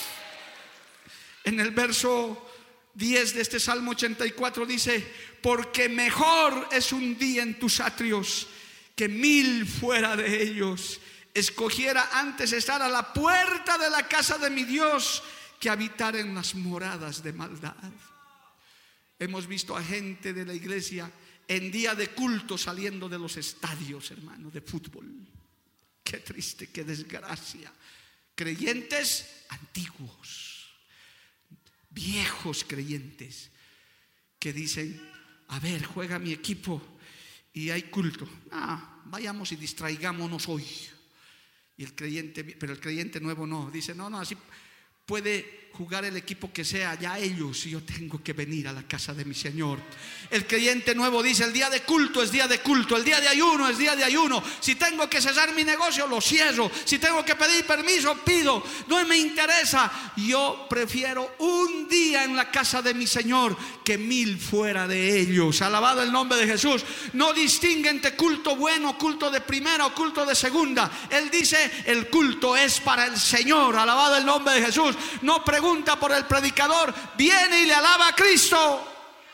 En el verso 10 de este Salmo 84 dice: porque mejor es un día en tus atrios que 1000 fuera de ellos. Escogiera antes estar a la puerta de la casa de mi Dios que habitar en las moradas de maldad. Hemos visto a gente de la iglesia en día de culto saliendo de los estadios, hermano, de fútbol. Qué triste, qué desgracia. Creyentes antiguos, viejos creyentes, que dicen: a ver, juega mi equipo y hay culto. Vayamos y distraigámonos hoy. Y pero el creyente nuevo no, dice: no, así puede jugar el equipo que sea, ya ellos, y yo tengo que venir a la casa de mi Señor. El creyente nuevo dice: el día de culto es día de culto, el día de ayuno es día de ayuno. Si tengo que cesar mi negocio, lo cierro. Si tengo que pedir permiso, pido. No me interesa. Yo prefiero un día en la casa de mi Señor que 1000 fuera de ellos. Alabado el nombre de Jesús. No distingue entre culto bueno, culto de primera o culto de segunda. Él dice: el culto es para el Señor. Alabado el nombre de Jesús. No pregunta por el predicador, viene y le alaba a Cristo.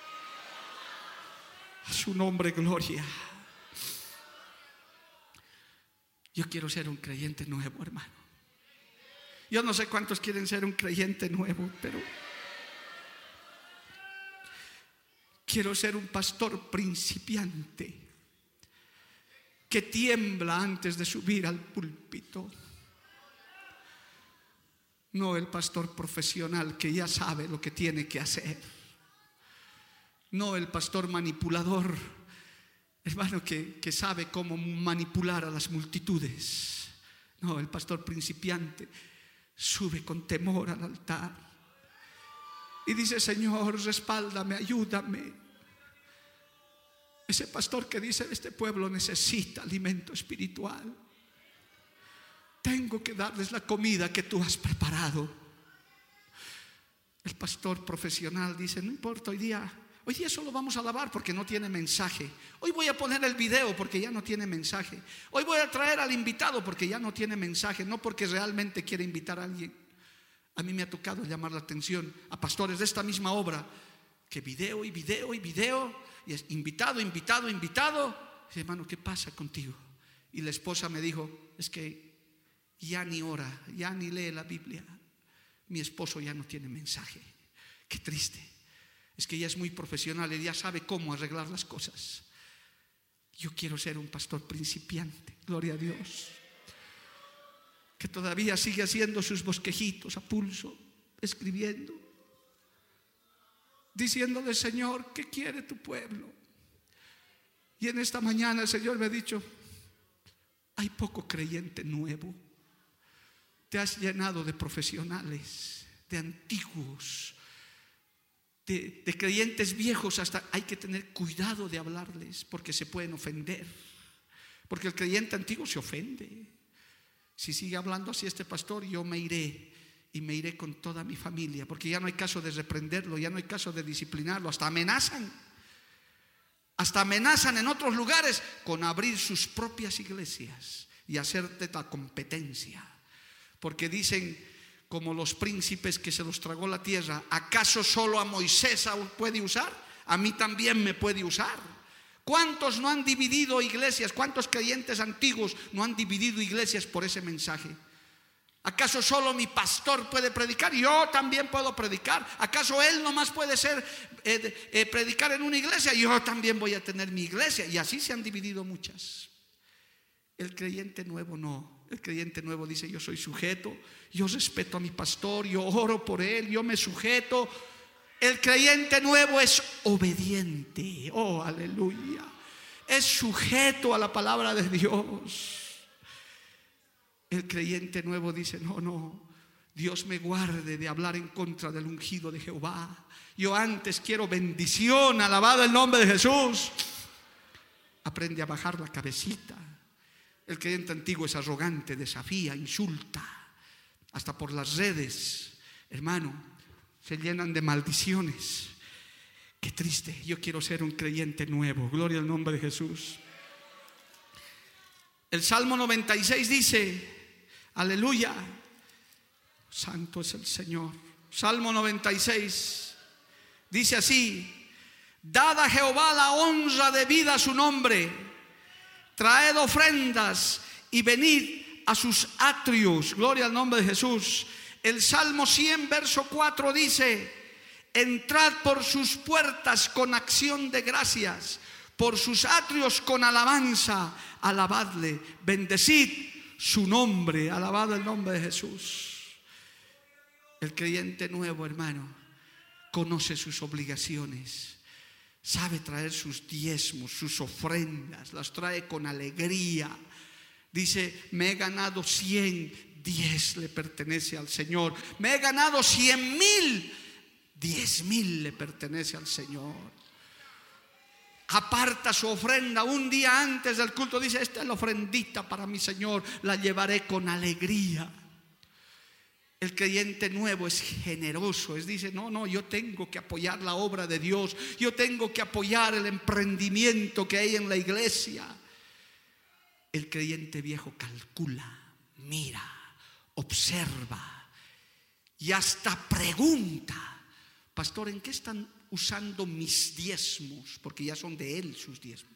A su nombre, gloria. Yo quiero ser un creyente nuevo, hermano. Yo no sé cuántos quieren ser un creyente nuevo, pero quiero ser un pastor principiante que tiembla antes de subir al púlpito. No el pastor profesional que ya sabe lo que tiene que hacer. No el pastor manipulador, hermano, que sabe cómo manipular a las multitudes. No, el pastor principiante sube con temor al altar y dice: Señor, respáldame, ayúdame. Ese pastor que dice: este pueblo necesita alimento espiritual. Tengo que darles la comida que tú has preparado. El pastor profesional dice: no importa, hoy día solo vamos a alabar porque no tiene mensaje. Hoy voy a poner el video porque ya no tiene mensaje. Hoy voy a traer al invitado porque ya no tiene mensaje. No porque realmente quiere invitar a alguien. A mí me ha tocado llamar la atención a pastores de esta misma obra que video y video y video, y es invitado. Y dice: hermano, ¿qué pasa contigo? Y la esposa me dijo: es que ya ni ora, ya ni lee la Biblia. Mi esposo ya no tiene mensaje. Qué triste. Es que ella es muy profesional y ya sabe cómo arreglar las cosas. Yo quiero ser un pastor principiante. Gloria a Dios. que todavía sigue haciendo sus bosquejitos a pulso, escribiendo, diciéndole: Señor, ¿qué quiere tu pueblo? Y en esta mañana el Señor me ha dicho: hay poco creyente nuevo. Te has llenado de profesionales, de antiguos, de creyentes viejos. Hasta hay que tener cuidado de hablarles, porque se pueden ofender. Porque el creyente antiguo se ofende. Si sigue hablando así este pastor, yo me iré, y me iré con toda mi familia, porque ya no hay caso de reprenderlo, ya no hay caso de disciplinarlo. Hasta amenazan en otros lugares con abrir sus propias iglesias y hacerte la competencia, porque dicen, como los príncipes que se los tragó la tierra: ¿acaso solo a Moisés puede usar? A mí también me puede usar. ¿Cuántos no han dividido iglesias? ¿Cuántos creyentes antiguos no han dividido iglesias por ese mensaje? ¿Acaso solo mi pastor puede predicar? Yo también puedo predicar. ¿Acaso él nomás puede predicar en una iglesia? Yo también voy a tener mi iglesia. Y así se han dividido muchas. El creyente nuevo no. El creyente nuevo dice: yo soy sujeto, yo respeto a mi pastor, yo oro por él, yo me sujeto. El creyente nuevo es obediente. Oh, aleluya. Es sujeto a la palabra de Dios. El creyente nuevo dice: no, Dios me guarde de hablar en contra del ungido de Jehová. Yo antes quiero bendición, alabado el nombre de Jesús. Aprende a bajar la cabecita. El creyente antiguo es arrogante, desafía, insulta. Hasta por las redes, hermano, se llenan de maldiciones. Qué triste. Yo quiero ser un creyente nuevo. Gloria al nombre de Jesús. El Salmo 96 dice: aleluya, santo es el Señor. Salmo 96 dice así: dad a Jehová la honra debida a su nombre, traed ofrendas y venid a sus atrios. Gloria al nombre de Jesús. El Salmo 100 verso 4 dice: entrad por sus puertas con acción de gracias, por sus atrios con alabanza, alabadle, bendecid su nombre. Alabado el nombre de Jesús. El creyente nuevo, hermano, conoce sus obligaciones, sabe traer sus diezmos, sus ofrendas, las trae con alegría. Dice: me he ganado 100, 10 le pertenece al Señor. Me he ganado 100,000, 10,000 le pertenece al Señor. Aparta su ofrenda un día antes del culto. Dice: esta es la ofrendita para mi Señor, la llevaré con alegría. El creyente nuevo es generoso. Dice: no, yo tengo que apoyar la obra de Dios. Yo tengo que apoyar el emprendimiento que hay en la iglesia. El creyente viejo calcula, mira, observa y hasta pregunta: pastor, ¿en qué están usando mis diezmos? Porque ya son de él sus diezmos.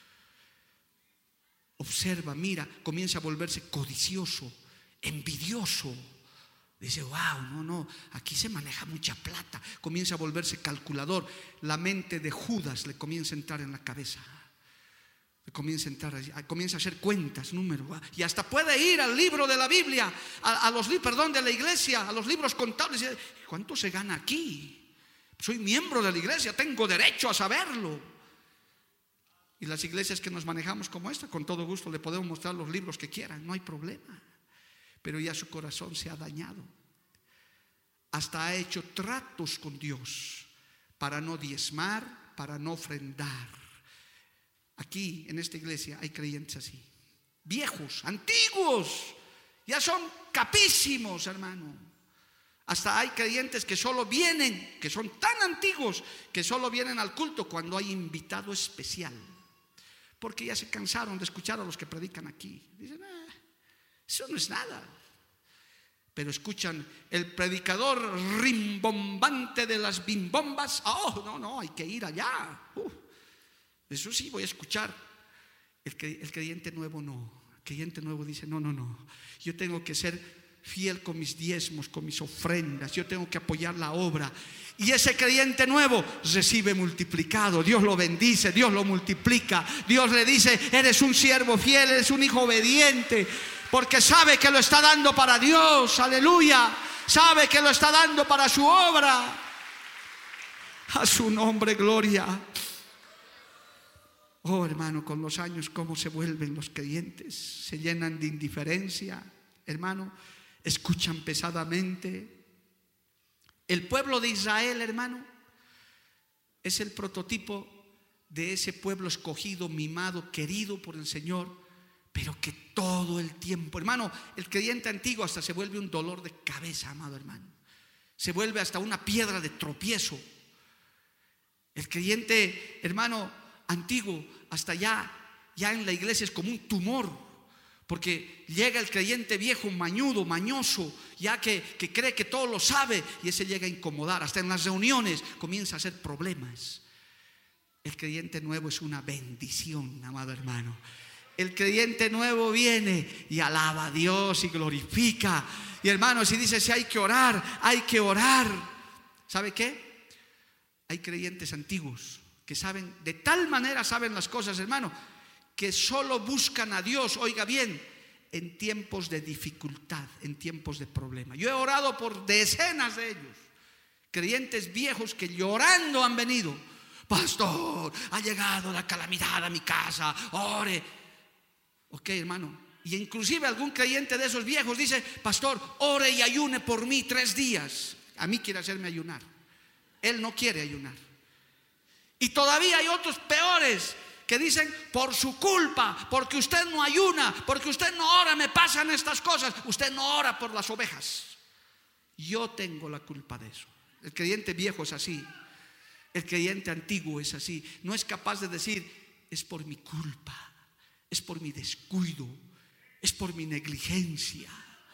Observa, mira, comienza a volverse codicioso, envidioso. Dice: wow, no, aquí se maneja mucha plata. Comienza a volverse calculador. La mente de Judas le comienza a entrar en la cabeza. Comienza a hacer cuentas, números, y hasta puede ir al libro de la Biblia, de la iglesia, a los libros contables, y dice: ¿cuánto se gana aquí? Soy miembro de la iglesia, tengo derecho a saberlo. Y las iglesias que nos manejamos como esta, con todo gusto le podemos mostrar los libros que quieran, no hay problema. Pero ya su corazón se ha dañado. Hasta ha hecho tratos con Dios para no diezmar, para no ofrendar. Aquí en esta iglesia hay creyentes así, viejos, antiguos, ya son capísimos, hermano. Hasta hay creyentes que solo vienen, que son tan antiguos, que solo vienen al culto cuando hay invitado especial, porque ya se cansaron de escuchar a los que predican aquí. Dicen: eso no es nada. Pero escuchan el predicador rimbombante de las bimbombas. Oh, no, hay que ir allá. Eso sí voy a escuchar. El creyente nuevo no. El creyente nuevo dice: no, yo tengo que ser fiel con mis diezmos, con mis ofrendas. Yo tengo que apoyar la obra. Y ese creyente nuevo recibe multiplicado. Dios lo bendice, Dios lo multiplica. Dios le dice: eres un siervo fiel, eres un hijo obediente. porque sabe que lo está dando para Dios, aleluya, sabe que lo está dando para su obra. A su nombre gloria. Oh, hermano, con los años cómo se vuelven los creyentes, se llenan de indiferencia, hermano, escuchan pesadamente. El pueblo de Israel, hermano, es el prototipo de ese pueblo escogido, mimado, querido por el Señor, pero que todo el tiempo, hermano, el creyente antiguo hasta se vuelve un dolor de cabeza, amado hermano, se vuelve hasta una piedra de tropiezo. El creyente, hermano, antiguo, hasta ya en la iglesia es como un tumor, porque llega el creyente viejo, mañudo, mañoso, ya que cree que todo lo sabe, y ese llega a incomodar, hasta en las reuniones comienza a hacer problemas. El creyente nuevo es una bendición, amado hermano. El creyente nuevo viene y alaba a Dios y glorifica. Y hermano, si dice si hay que orar, hay que orar. ¿Sabe qué? Hay creyentes antiguos que saben, de tal manera saben las cosas, hermano, que solo buscan a Dios, oiga bien, en tiempos de dificultad, en tiempos de problema. Yo he orado por decenas de ellos, creyentes viejos que llorando han venido. Pastor, ha llegado la calamidad a mi casa, ore. Ok, hermano. Y inclusive algún creyente de esos viejos dice: pastor, ore y ayune por mí 3 días. A mí quiere hacerme ayunar. Él no quiere ayunar. Y todavía hay otros peores que dicen: por su culpa, porque usted no ayuna, porque usted no ora, me pasan estas cosas. Usted no ora por las ovejas. Yo tengo la culpa de eso. El creyente viejo es así. El creyente antiguo es así. No es capaz de decir: es por mi culpa, es por mi descuido, es por mi negligencia.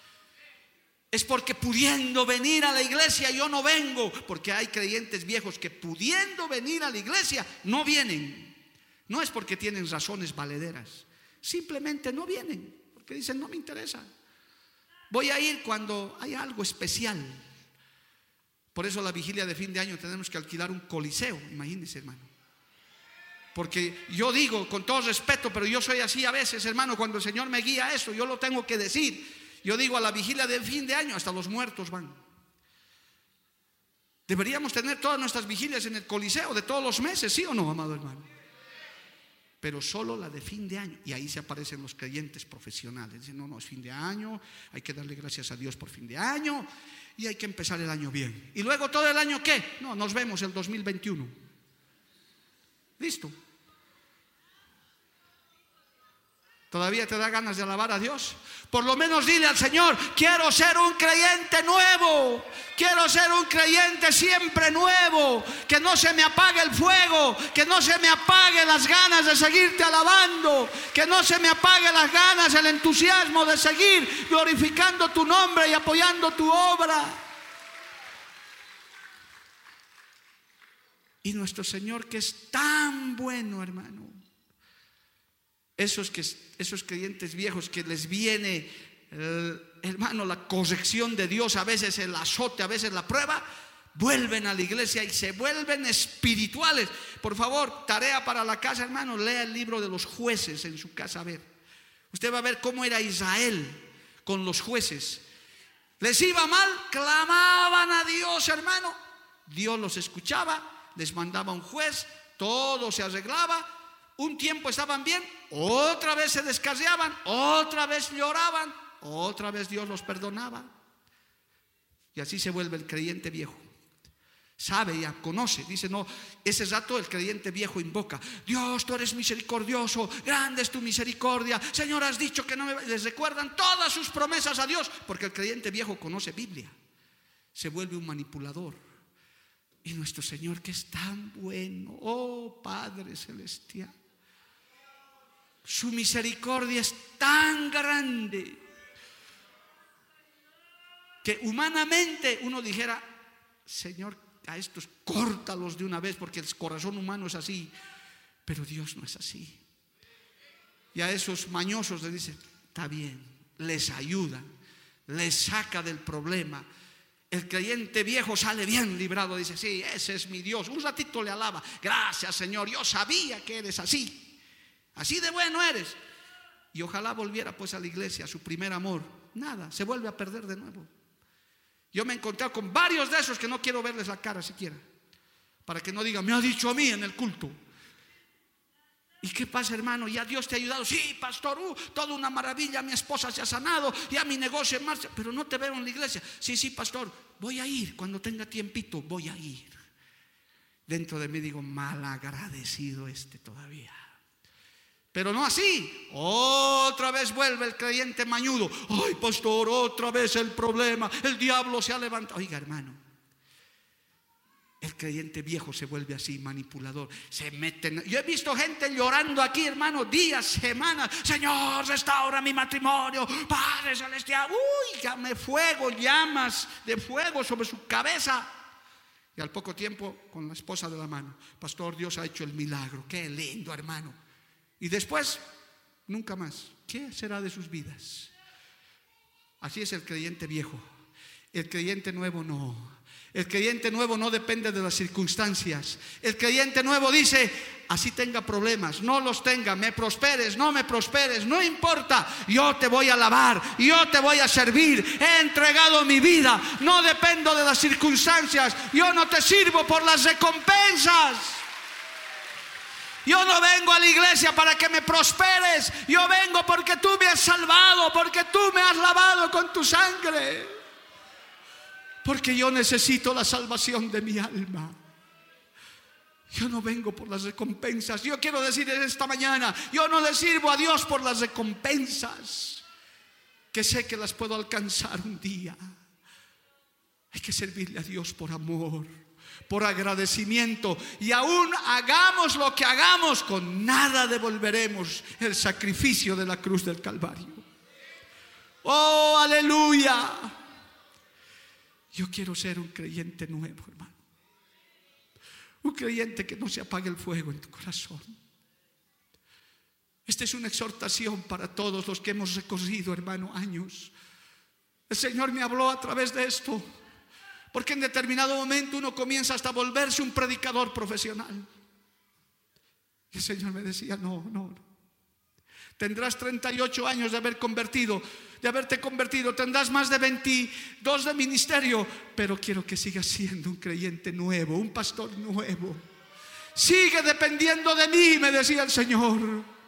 Es porque pudiendo venir a la iglesia yo no vengo. Porque hay creyentes viejos que pudiendo venir a la iglesia no vienen. No es porque tienen razones valederas, simplemente no vienen porque dicen: no me interesa, voy a ir cuando hay algo especial. Por eso la vigilia de fin de año tenemos que alquilar un coliseo, imagínense, hermano. Porque yo digo con todo respeto, pero yo soy así a veces, hermano, cuando el Señor me guía a eso, yo lo tengo que decir. Yo digo: a la vigilia de fin de año hasta los muertos van. Deberíamos tener todas nuestras vigilias en el coliseo de todos los meses, ¿sí o no, amado hermano? Pero solo la de fin de año. Y ahí se aparecen los creyentes profesionales. Dicen: no, es fin de año, hay que darle gracias a Dios por fin de año y hay que empezar el año bien. Y luego todo el año, ¿qué? No, nos vemos el 2021. Listo. ¿Todavía te da ganas de alabar a Dios? Por lo menos dile al Señor: quiero ser un creyente nuevo, quiero ser un creyente siempre nuevo, que no se me apague el fuego, que no se me apague las ganas de seguirte alabando, que no se me apague las ganas, el entusiasmo de seguir glorificando tu nombre y apoyando tu obra. Y nuestro Señor, que es tan bueno, hermano, esos creyentes viejos que les viene, hermano, la corrección de Dios, a veces el azote, a veces la prueba, vuelven a la iglesia y se vuelven espirituales. Por favor, tarea para la casa, hermano, lea el libro de los jueces en su casa. A ver, usted va a ver cómo era Israel con los jueces. Les iba mal, clamaban a Dios, hermano, Dios los escuchaba, les mandaba un juez, todo se arreglaba. Un tiempo estaban bien, otra vez se descarriaban, otra vez lloraban, otra vez Dios los perdonaba. Y así se vuelve el creyente viejo. Sabe, ya conoce, dice: no, ese rato el creyente viejo invoca: Dios, tú eres misericordioso, grande es tu misericordia, Señor, has dicho que no me... Les recuerdan todas sus promesas a Dios, porque el creyente viejo conoce Biblia. Se vuelve un manipulador. Y nuestro Señor, que es tan bueno, oh Padre celestial, su misericordia es tan grande que humanamente uno dijera: Señor, a estos córtalos de una vez, porque el corazón humano es así. Pero Dios no es así. Y a esos mañosos les dice: está bien, les ayuda, les saca del problema. El creyente viejo sale bien librado, dice: sí, ese es mi Dios. Un ratito le alaba: gracias, Señor, yo sabía que eres así, así de bueno eres. y ojalá volviera pues a la iglesia, a su primer amor. Nada, se vuelve a perder de nuevo. Yo me he encontrado con varios de esos que no quiero verles la cara siquiera, para que no digan, me ha dicho a mí en el culto. ¿Y qué pasa, hermano? ¿Ya Dios te ha ayudado? Sí, pastor, toda una maravilla, mi esposa se ha sanado, ya mi negocio en marcha, pero no te veo en la iglesia. Sí, pastor, voy a ir, cuando tenga tiempito, voy a ir. Dentro de mí digo, mal agradecido todavía. Pero no así. Otra vez vuelve el creyente mañudo. Ay, pastor, otra vez el problema, el diablo se ha levantado. Oiga, hermano, el creyente viejo se vuelve así, manipulador. Se meten. Yo he visto gente llorando aquí, hermano, días, semanas. Señor, restaura mi matrimonio, Padre celestial. Uy, llame fuego, llamas de fuego sobre su cabeza. Y al poco tiempo, con la esposa de la mano, pastor, Dios ha hecho el milagro. Qué lindo, hermano. Y después, nunca más. ¿Qué será de sus vidas? Así es el creyente viejo. El creyente nuevo no. El creyente nuevo no depende de las circunstancias. El creyente nuevo dice, así tenga problemas, no los tenga, me prosperes, no me prosperes, no importa, yo te voy a alabar, yo te voy a servir, he entregado mi vida, no dependo de las circunstancias, yo no te sirvo por las recompensas. Yo no vengo a la iglesia para que me prosperes, yo vengo porque tú me has salvado, porque tú me has lavado con tu sangre. Porque yo necesito la salvación de mi alma. Yo no vengo por las recompensas. Yo quiero decir esta mañana, yo no le sirvo a Dios por las recompensas, que sé que las puedo alcanzar un día. Hay que servirle a Dios por amor, por agradecimiento. Y aún hagamos lo que hagamos, con nada devolveremos el sacrificio de la cruz del Calvario. Oh, aleluya. Yo quiero ser un creyente nuevo, hermano. Un creyente que no se apague el fuego en tu corazón. Esta es una exhortación para todos los que hemos recorrido, hermano, años. El Señor me habló a través de esto, porque en determinado momento uno comienza hasta volverse un predicador profesional. Y el Señor me decía, no. Tendrás 38 años de haberte convertido, tendrás más de 22 de ministerio, pero quiero que sigas siendo un creyente nuevo, un pastor nuevo. Sigue dependiendo de mí, me decía el Señor.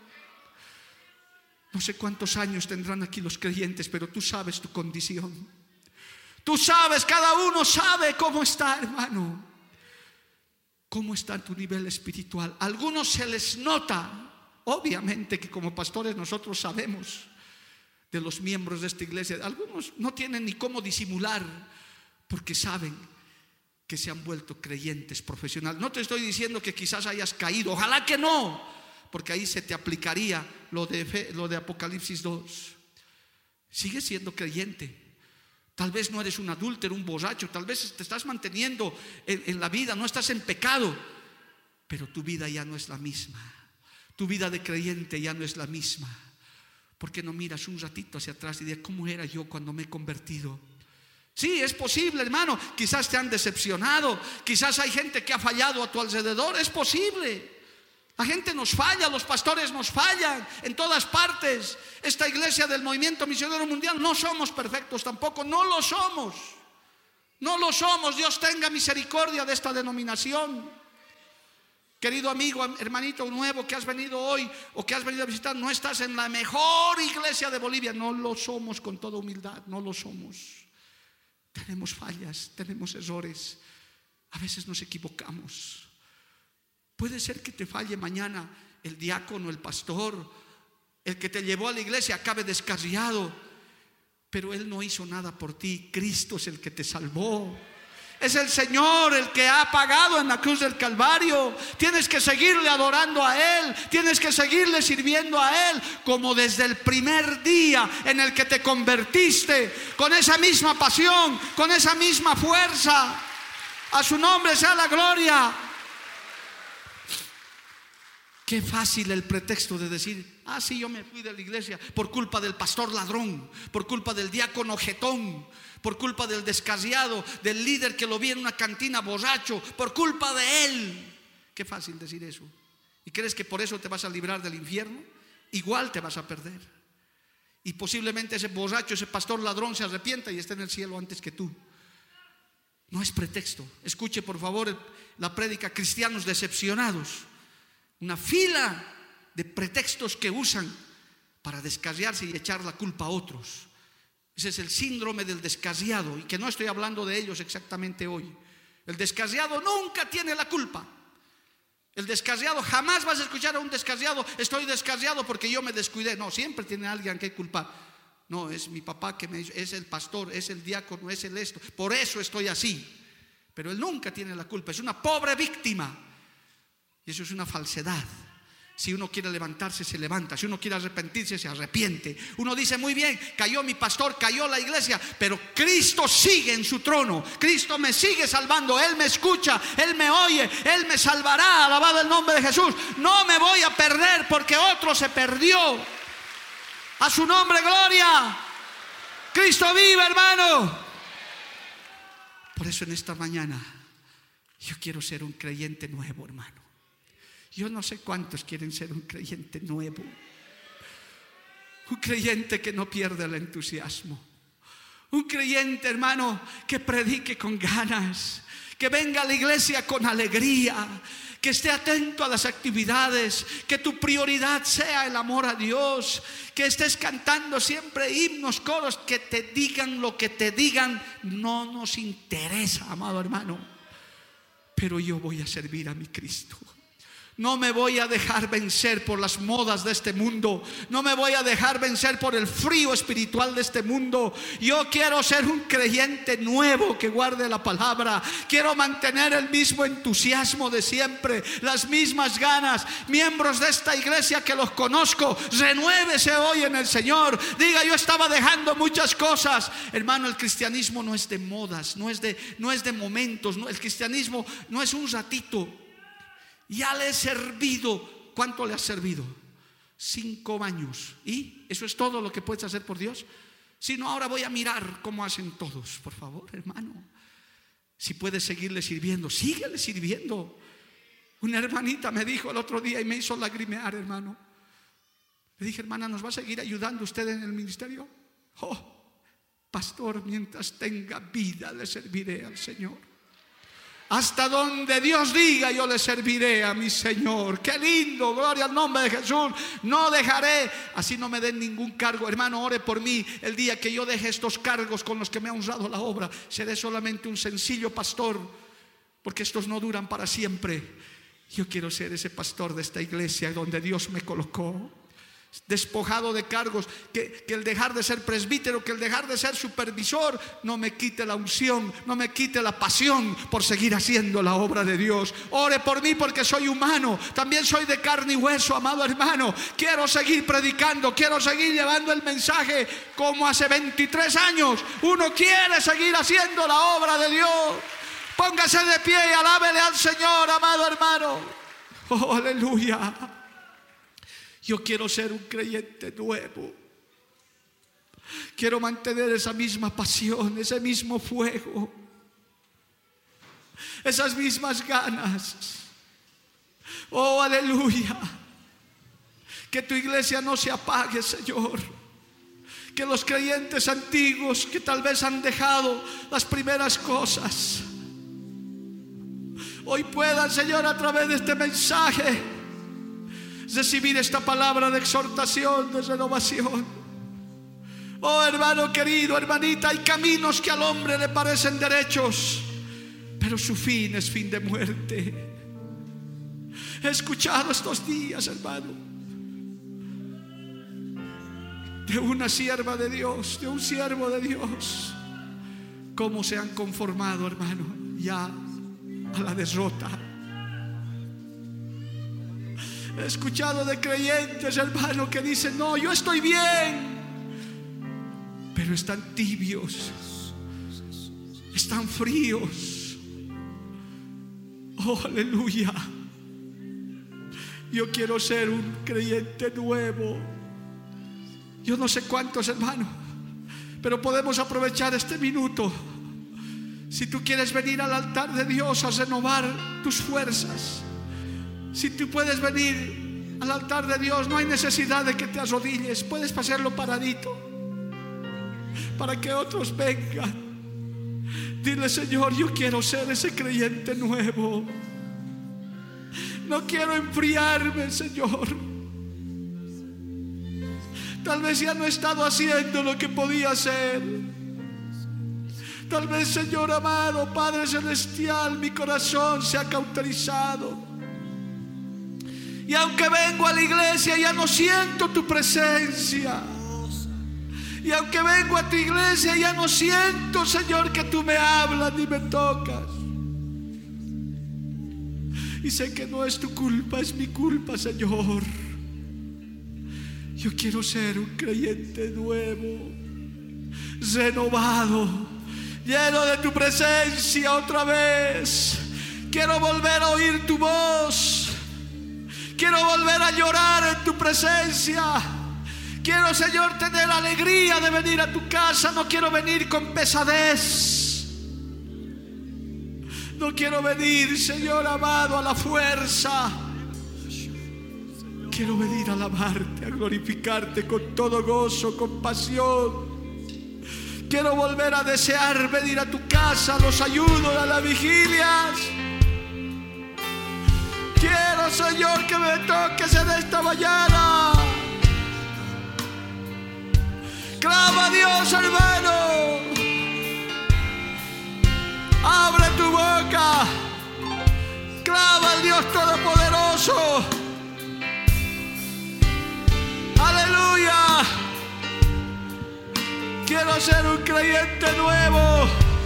No sé cuántos años tendrán aquí los creyentes, pero tú sabes tu condición. Tú sabes, cada uno sabe cómo está, hermano. ¿Cómo está tu nivel espiritual? A algunos se les nota. Obviamente que como pastores nosotros sabemos de los miembros de esta iglesia. Algunos no tienen ni cómo disimular, porque saben que se han vuelto creyentes profesionales. No te estoy diciendo que quizás hayas caído, ojalá que no, porque ahí se te aplicaría lo de Apocalipsis 2. Sigues siendo creyente. Tal vez no eres un adúltero, un borracho, tal vez te estás manteniendo en la vida, no estás en pecado, pero tu vida ya no es la misma. Tu vida de creyente ya no es la misma. ¿Por qué no miras un ratito hacia atrás y dices, ¿cómo era yo cuando me he convertido? Sí, es posible, hermano. Quizás te han decepcionado, quizás hay gente que ha fallado a tu alrededor. Es posible. La gente nos falla, los pastores nos fallan en todas partes. Esta iglesia del Movimiento Misionero Mundial no somos perfectos tampoco, no lo somos. No lo somos. Dios tenga misericordia de esta denominación. Querido amigo, hermanito nuevo que has venido hoy o que has venido a visitar, no estás en la mejor iglesia de Bolivia. No lo somos, con toda humildad, no lo somos. Tenemos fallas, tenemos errores. A veces nos equivocamos. Puede ser que te falle mañana el diácono, el pastor, el que te llevó a la iglesia acabe descarriado, pero él no hizo nada por ti. Cristo es el que te salvó. Es el Señor el que ha pagado en la cruz del Calvario. Tienes que seguirle adorando a Él. Tienes que seguirle sirviendo a Él, como desde el primer día en el que te convertiste, con esa misma pasión, con esa misma fuerza. A su nombre sea la gloria. Qué fácil el pretexto de decir, sí, yo me fui de la iglesia por culpa del pastor ladrón, por culpa del diácono jetón, por culpa del descarriado, del líder que lo vi en una cantina borracho, por culpa de él. Qué fácil decir eso. ¿Y crees que por eso te vas a librar del infierno? Igual te vas a perder. Y posiblemente ese borracho, ese pastor ladrón se arrepienta y esté en el cielo antes que tú. No es pretexto. Escuche por favor la prédica Cristianos Decepcionados. Una fila de pretextos que usan para descarriarse y echar la culpa a otros. Ese es el síndrome del descarriado, y que no estoy hablando de ellos exactamente hoy. El descarriado nunca tiene la culpa. El descarriado, jamás vas a escuchar a un descarriado: estoy descarriado porque yo me descuidé. No, siempre tiene alguien que culpar. No, es mi papá que me hizo, es el pastor, es el diácono, es el esto, por eso estoy así. Pero él nunca tiene la culpa, es una pobre víctima. Y eso es una falsedad. Si uno quiere levantarse, se levanta. Si uno quiere arrepentirse, se arrepiente. Uno dice: muy bien, cayó mi pastor, cayó la iglesia, pero Cristo sigue en su trono. Cristo me sigue salvando. Él me escucha, Él me oye, Él me salvará. Alabado el nombre de Jesús. No me voy a perder porque otro se perdió. A su nombre, gloria. Cristo vive, hermano. Por eso en esta mañana yo quiero ser un creyente nuevo, hermano. Yo no sé cuántos quieren ser un creyente nuevo. Un creyente que no pierde el entusiasmo. Un creyente, hermano, que predique con ganas, que venga a la iglesia con alegría, que esté atento a las actividades, que tu prioridad sea el amor a Dios, que estés cantando siempre himnos, coros, que te digan lo que te digan. No nos interesa, amado hermano, pero yo voy a servir a mi Cristo. No me voy a dejar vencer por las modas de este mundo. No me voy a dejar vencer por el frío espiritual de este mundo. Yo quiero ser un creyente nuevo que guarde la palabra. Quiero mantener el mismo entusiasmo de siempre, las mismas ganas. Miembros de esta iglesia que los conozco, renuévese hoy en el Señor. Diga: yo estaba dejando muchas cosas. Hermano, el cristianismo no es de modas, no es de momentos. El cristianismo no es un ratito. Ya le he servido. ¿Cuánto le has servido? 5 años. ¿Y eso es todo lo que puedes hacer por Dios? Si no, ahora voy a mirar cómo hacen todos. Por favor, hermano, si puedes seguirle sirviendo, síguele sirviendo. Una hermanita me dijo el otro día y me hizo lagrimear, hermano. Le dije: hermana, ¿nos va a seguir ayudando usted en el ministerio? Oh, pastor, mientras tenga vida le serviré al Señor. Hasta donde Dios diga, yo le serviré a mi Señor. Qué lindo, gloria al nombre de Jesús. No dejaré, así no me den ningún cargo. Hermano, ore por mí. El día que yo deje estos cargos con los que me ha honrado la obra, seré solamente un sencillo pastor, porque estos no duran para siempre. Yo quiero ser ese pastor de esta iglesia donde Dios me colocó, despojado de cargos. Que el dejar de ser presbítero, que el dejar de ser supervisor no me quite la unción, no me quite la pasión por seguir haciendo la obra de Dios. Ore por mí, porque soy humano, también soy de carne y hueso, amado hermano. Quiero seguir predicando, quiero seguir llevando el mensaje como hace 23 años. Uno quiere seguir haciendo la obra de Dios. Póngase de pie y alábele al Señor, amado hermano. Oh, aleluya. Yo quiero ser un creyente nuevo. Quiero mantener esa misma pasión, ese mismo fuego, esas mismas ganas. Oh, aleluya. Que tu iglesia no se apague, Señor. Que los creyentes antiguos que tal vez han dejado las primeras cosas, hoy puedan, Señor, a través de este mensaje, recibir esta palabra de exhortación, de renovación. Oh, hermano querido, hermanita, hay caminos que al hombre le parecen derechos, pero su fin es fin de muerte. He escuchado estos días, hermano, de una sierva de Dios, de un siervo de Dios, cómo se han conformado, hermano, ya a la derrota. He escuchado de creyentes, hermano, que dicen: no, yo estoy bien, pero están tibios, están fríos. Oh, aleluya. Yo quiero ser un creyente nuevo. Yo no sé cuántos, hermano, pero podemos aprovechar este minuto. Si tú quieres venir al altar de Dios a renovar tus fuerzas, si tú puedes venir al altar de Dios. No hay necesidad de que te arrodilles, puedes hacerlo paradito para que otros vengan. Dile: Señor, yo quiero ser ese creyente nuevo. No quiero enfriarme, Señor. Tal vez ya no he estado haciendo lo que podía hacer. Tal vez, Señor amado, Padre celestial, mi corazón se ha cauterizado. Y aunque vengo a la iglesia, ya no siento tu presencia. Y aunque vengo a tu iglesia, ya no siento, Señor, que tú me hablas ni me tocas. Y sé que no es tu culpa, es mi culpa, Señor. Yo quiero ser un creyente nuevo, renovado, lleno de tu presencia otra vez. Quiero volver a oír tu voz. Quiero volver a llorar en tu presencia. Quiero, Señor, tener la alegría de venir a tu casa. No quiero venir con pesadez. No quiero venir, Señor amado, a la fuerza. Quiero venir a alabarte, a glorificarte con todo gozo, con pasión. Quiero volver a desear venir a tu casa, a los ayunos, a las vigilias. Quiero, Señor, que me toques en esta mañana. Clama a Dios, hermano. Abre tu boca. Clama al Dios Todopoderoso. Aleluya. Quiero ser un creyente nuevo.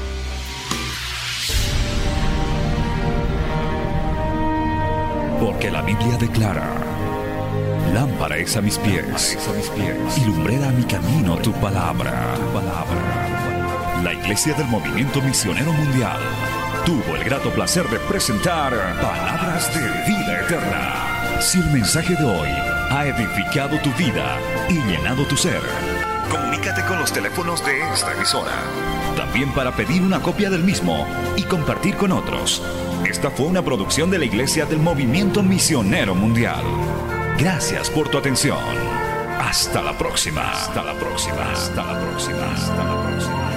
Porque la Biblia declara: lámpara es a mis pies, y lumbrera a mi camino tu palabra. La Iglesia del Movimiento Misionero Mundial tuvo el grato placer de presentar Palabras de Vida Eterna. Si el mensaje de hoy ha edificado tu vida y llenado tu ser, comunícate con los teléfonos de esta emisora. También para pedir una copia del mismo y compartir con otros. Esta fue una producción de la Iglesia del Movimiento Misionero Mundial. Gracias por tu atención. Hasta la próxima. Hasta la próxima. Hasta la próxima. Hasta la próxima.